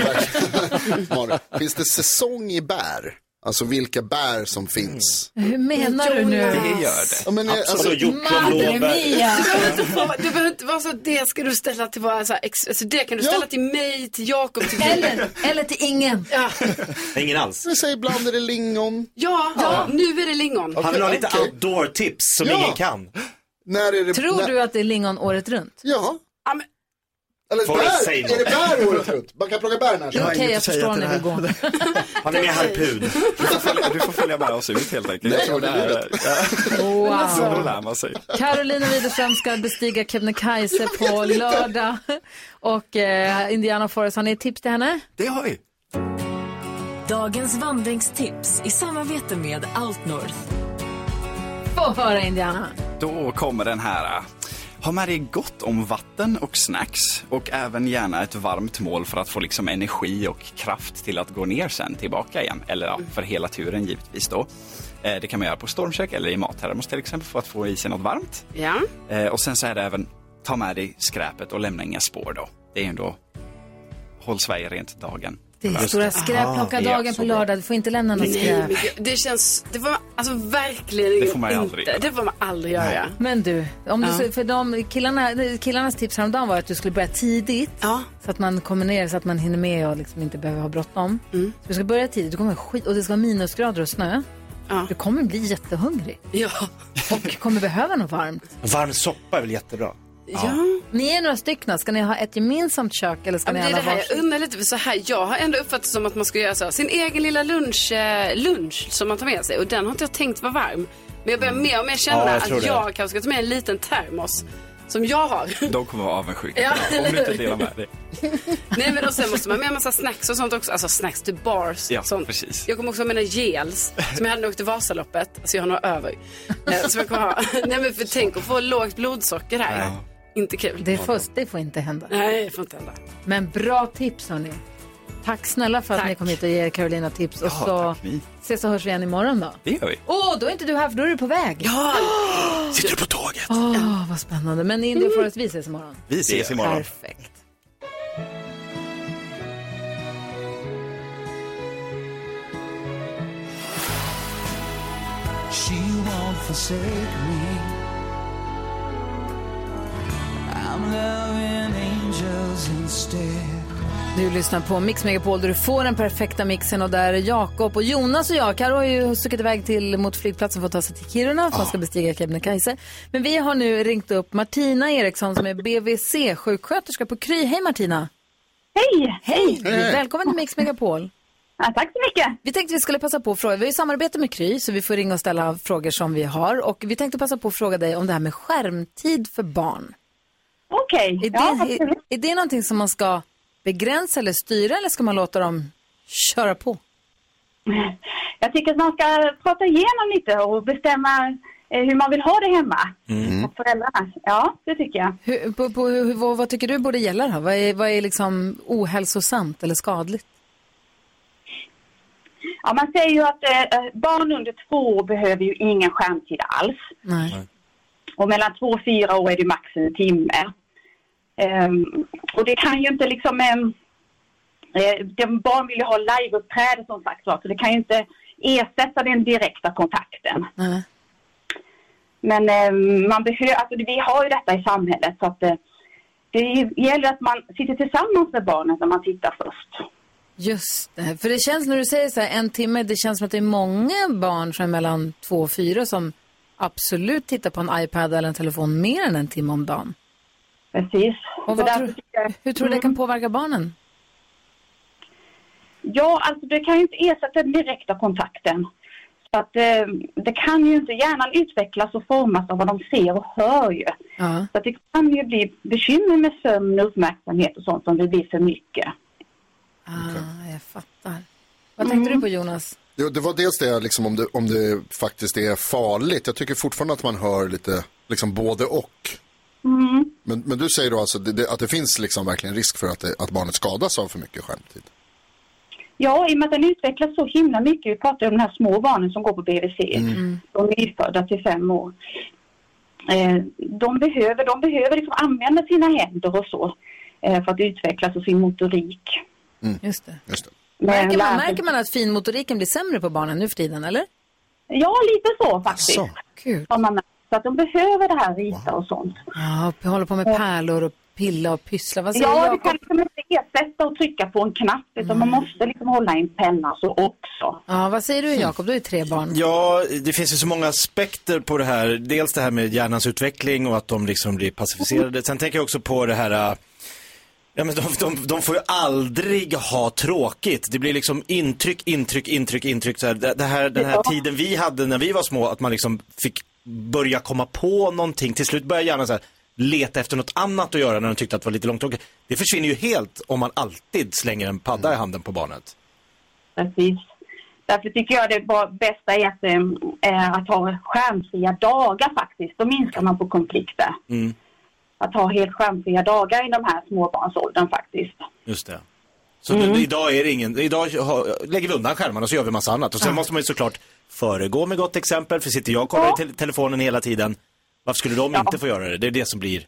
verkligen. Finns det säsong i bär? Alltså vilka bär som finns. Mm. Hur menar du nu? Det gör det. Ja, men, alltså, du, behöver, du behöver inte vara så att det ska du ställa till våra, alltså, alltså, det kan du ställa ja. till mig, till Jakob, till eller, eller till ingen. Ja. Ingen alls. Men säg ibland är det lingon. Ja, ja, ja. Nu är det lingon. Okay, Han vill ha lite okay. outdoor-tips som ja. ingen kan. När är det, Tror när... du att det är lingon året runt? Ja. Ja, men... Eller bär, är det bär året runt? Man kan plocka bär när Okej, okay, jag förstår när vi går. Han är med harpun. Du får, följa, du får följa med oss ut helt enkelt. Nej, jag tror det är, ja. Wow. Då lär man sig. Carolina Widerström ska bestiga Kebnekaise på lördag. Och eh, Indiana Forest, har ni ett tips till henne? Det har vi. Dagens vandringstips i samarbete med Outnorth. Få höra, Indiana. Då kommer den här. Ha med dig gott om vatten och snacks och även gärna ett varmt mål för att få liksom energi och kraft till att gå ner sen tillbaka igen. Eller ja, för hela turen givetvis då. Eh, det kan man göra på stormkök eller i mattermos till exempel för att få i sig något varmt. Ja. Eh, och sen så är det även ta med dig skräpet och lämna inga spår då. Det är ju ändå håll Sverige rent dagen. Det är stora skräpplockardagen ja, på lördag. Du får inte lämna något skräp. Nej, det känns, det var alltså verkligen det får man aldrig inte. Det får man aldrig göra. Nej. Men du, om du ja. för de killarna, killarnas tips häromdagen var att du skulle börja tidigt. Ja. Så att man kommer ner, så att man hinner med och liksom inte behöver ha bråttom. Mm. Så du ska börja tidigt, du kommer skit, och det ska vara minusgrader och snö. Ja. Du kommer bli jättehungrig. Ja. Och kommer behöva något varmt. Varm soppa är väl jättebra. Ja. Ni är några stycken, ska ni ha ett gemensamt kök eller ska Ja, ni det är alla det här, varsitt? jag undrar lite, för så här, jag har ändå uppfattat som att man ska göra så, sin egen lilla lunch, eh, lunch som man tar med sig, och den har inte jag tänkt vara varm. Men jag börjar mer och mer känna Ja, jag att tror det. jag kanske ska ta med en liten termos som jag har. De kommer vara avundsjuka Ja, om du inte delar med dig. Nej, men och sen måste man med en massa snacks och sånt också. Alltså snacks till bars. Ja, sånt. precis. Jag kommer också ha mina gels som jag hade när jag åkte Vasaloppet. Alltså jag har några över. Eh, som jag kommer ha. Nej, men för tänk att få lågt blodsocker här. Ja. Inte kul. Det, får, det får inte hända. Nej, det får inte hända. Men bra tips hörni. Tack snälla för att Tack. ni kom hit och ger Carolina tips. Och Ja, så tack ni. ses och hörs vi igen imorgon då. Det gör vi. Åh, oh, då är inte du här för då är du på väg. Ja! Sitter du på tåget? Åh, oh, vad spännande. Men India får att vi ses imorgon. Vi ses imorgon. Perfekt. She won't forsake me. I'm loving angels instead. Du lyssnar på Mix Megapol där du får den perfekta mixen och där Jakob och Jonas och jag, Karo har ju stuckit iväg till mot flygplatsen för att ta sig till Kiruna för att ska bestiga Kebnekaise. Men vi har nu ringt upp Martina Eriksson som är B V C-sjuksköterska på Kry. Hej Martina! Hej! Hej! Välkommen till Mix Megapol. Ja, tack så mycket. Vi tänkte vi skulle passa på att fråga, vi har ju samarbete med Kry så vi får ringa och ställa frågor som vi har. Och vi tänkte passa på att fråga dig om det här med skärmtid för barn. Okej, Är, ja, det, är, är det någonting som man ska begränsa eller styra eller ska man låta dem köra på? Jag tycker att man ska prata igenom lite och bestämma eh, hur man vill ha det hemma. Mm. Och föräldrarna. Ja, det tycker jag. Hur, på, på, hur, vad, vad tycker du borde gälla då? Vad är, vad är liksom ohälsosamt eller skadligt? Ja, man säger ju att eh, barn under två år behöver ju ingen skärmtid alls. Nej. Och mellan två och fyra år är det max en timme. Um, och det kan ju inte liksom... Um, eh, barn vill ju ha liveuppträde som sagt, så det kan ju inte ersätta den direkta kontakten. Nej. Men um, man behöver, alltså, vi har ju detta i samhället så att uh, det gäller att man sitter tillsammans med barnen när man tittar först. Just det, för det känns när du säger så här en timme, det känns som att det är många barn som är mellan två och fyra som absolut tittar på en iPad eller en telefon mer än en timme om dagen. Precis. Och vad tror, hur tror du det kan påverka barnen? Ja, alltså det kan ju inte ersätta den direkta kontakten. Så att eh, det kan ju inte, hjärnan utvecklas och formas av vad de ser och hör ju. Ja. Så att det kan ju bli bekymmer med sömn, uppmärksamhet och sånt om det blir för mycket. Ah, jag fattar. Vad tänkte mm. du på Jonas? Jo, det var dels det, liksom, om, det, om det faktiskt är farligt. Jag tycker fortfarande att man hör lite liksom, både och. Mm. Men, men du säger då alltså det, det, att det finns liksom verkligen risk för att, det, att barnet skadas av för mycket skärmtid? Ja, i och med att den utvecklas så himla mycket. Vi pratar om de här små barnen som går på B V C. Mm. De är nyfödda till fem år. Eh, de behöver, de behöver liksom använda sina händer och så eh, för att utvecklas och sin motorik. Mm. Just det. Just det. Märker man, märker man att finmotoriken blir sämre på barnen nu för tiden, eller? Ja, lite så faktiskt. Så, kul. Ja, man, så att de behöver det här rita wow. och sånt. Ja, och håller på med pärlor och pilla och pyssla. Vad säger ja, Jacob? det kan liksom inte ersätta och trycka på en knapp. Utan mm. man måste liksom hålla en penna så också. Ja, vad säger du Jakob? Du är tre barn. Ja, det finns ju så många aspekter på det här. Dels det här med hjärnans utveckling och att de liksom blir pacificerade. Sen tänker jag också på det här... Ja, men de, de, de får ju aldrig ha tråkigt. Det blir liksom intryck, intryck, intryck, intryck. Så här, det, det här, den här ja. tiden vi hade när vi var små, att man liksom fick börja komma på någonting. Till slut börjar gärna så här, leta efter något annat att göra när de tyckte att det var lite långtråkigt. Det försvinner ju helt om man alltid slänger en padda i handen på barnet. Precis. Därför tycker jag det bästa är att, äh, att ha skärmfria dagar faktiskt. Då minskar man på konflikter. Mm. Att ha helt skärmfria dagar i de här småbarnsåldern faktiskt. Just det. Så mm. det, idag är det ingen, idag har, lägger vi undan skärmarna och så gör vi massa annat. Och sen ja. måste man ju såklart föregå med gott exempel. För sitter jag och kollar ja. i te- telefonen hela tiden, varför skulle de ja. inte få göra det? Det är det som blir...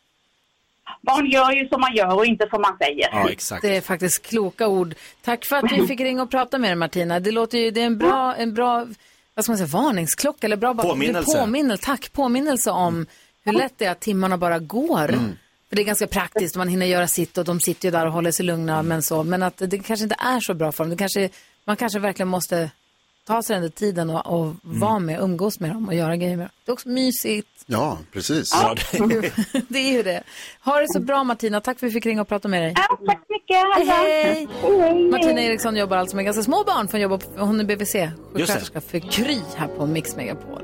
Barn gör ju som man gör och inte som man säger. Ja, exakt. Det är faktiskt kloka ord. Tack för att vi fick ringa och prata med dig, Martina. Det låter ju, det är en bra, en bra vad ska man säga, varningsklocka eller bra påminnelse. Påminnelse. Tack, påminnelse om hur lätt det är att timmarna bara går. Mm. För det är ganska praktiskt, man hinner göra sitt och de sitter ju där och håller sig lugna. Mm. Men, så, men att det kanske inte är så bra för dem. Det kanske, man kanske verkligen måste ta sig den där tiden och, och mm. vara med, umgås med dem och göra grejer med dem. Det är också mysigt. Ja, precis. Ja, det är ju det. Ha det så bra, Martina. Tack för att vi fick ringa och prata med dig. Ja, tack så mycket. Hej. Hej. Martina Eriksson jobbar alltså med ganska små barn. För jobba på, hon är B V C. Sjuksköterska för Kry här på Mix Megapol.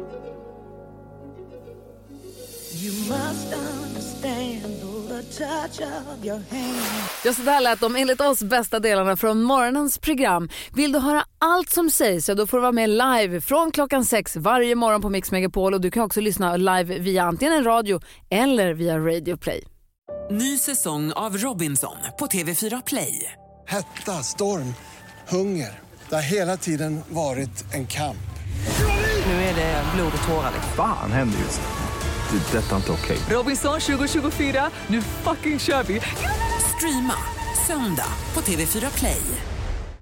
You must understand the touch of your hand. Ja, så där lät de enligt oss bästa delarna från morgonens program. Vill du höra allt som sägs så då får du vara med live från klockan sex varje morgon på Mix Megapol. Och du kan också lyssna live via antingen en radio eller via Radio Play. Ny säsong av Robinson på T V fyra Play. Hetta, storm, hunger. Det har hela tiden varit en kamp. Nu är det blod och tårar. Fan händer just det. Det är detta inte okej. Robinson tjugo tjugofyra, nu fucking kör vi. Streama söndag på T V fyra Play.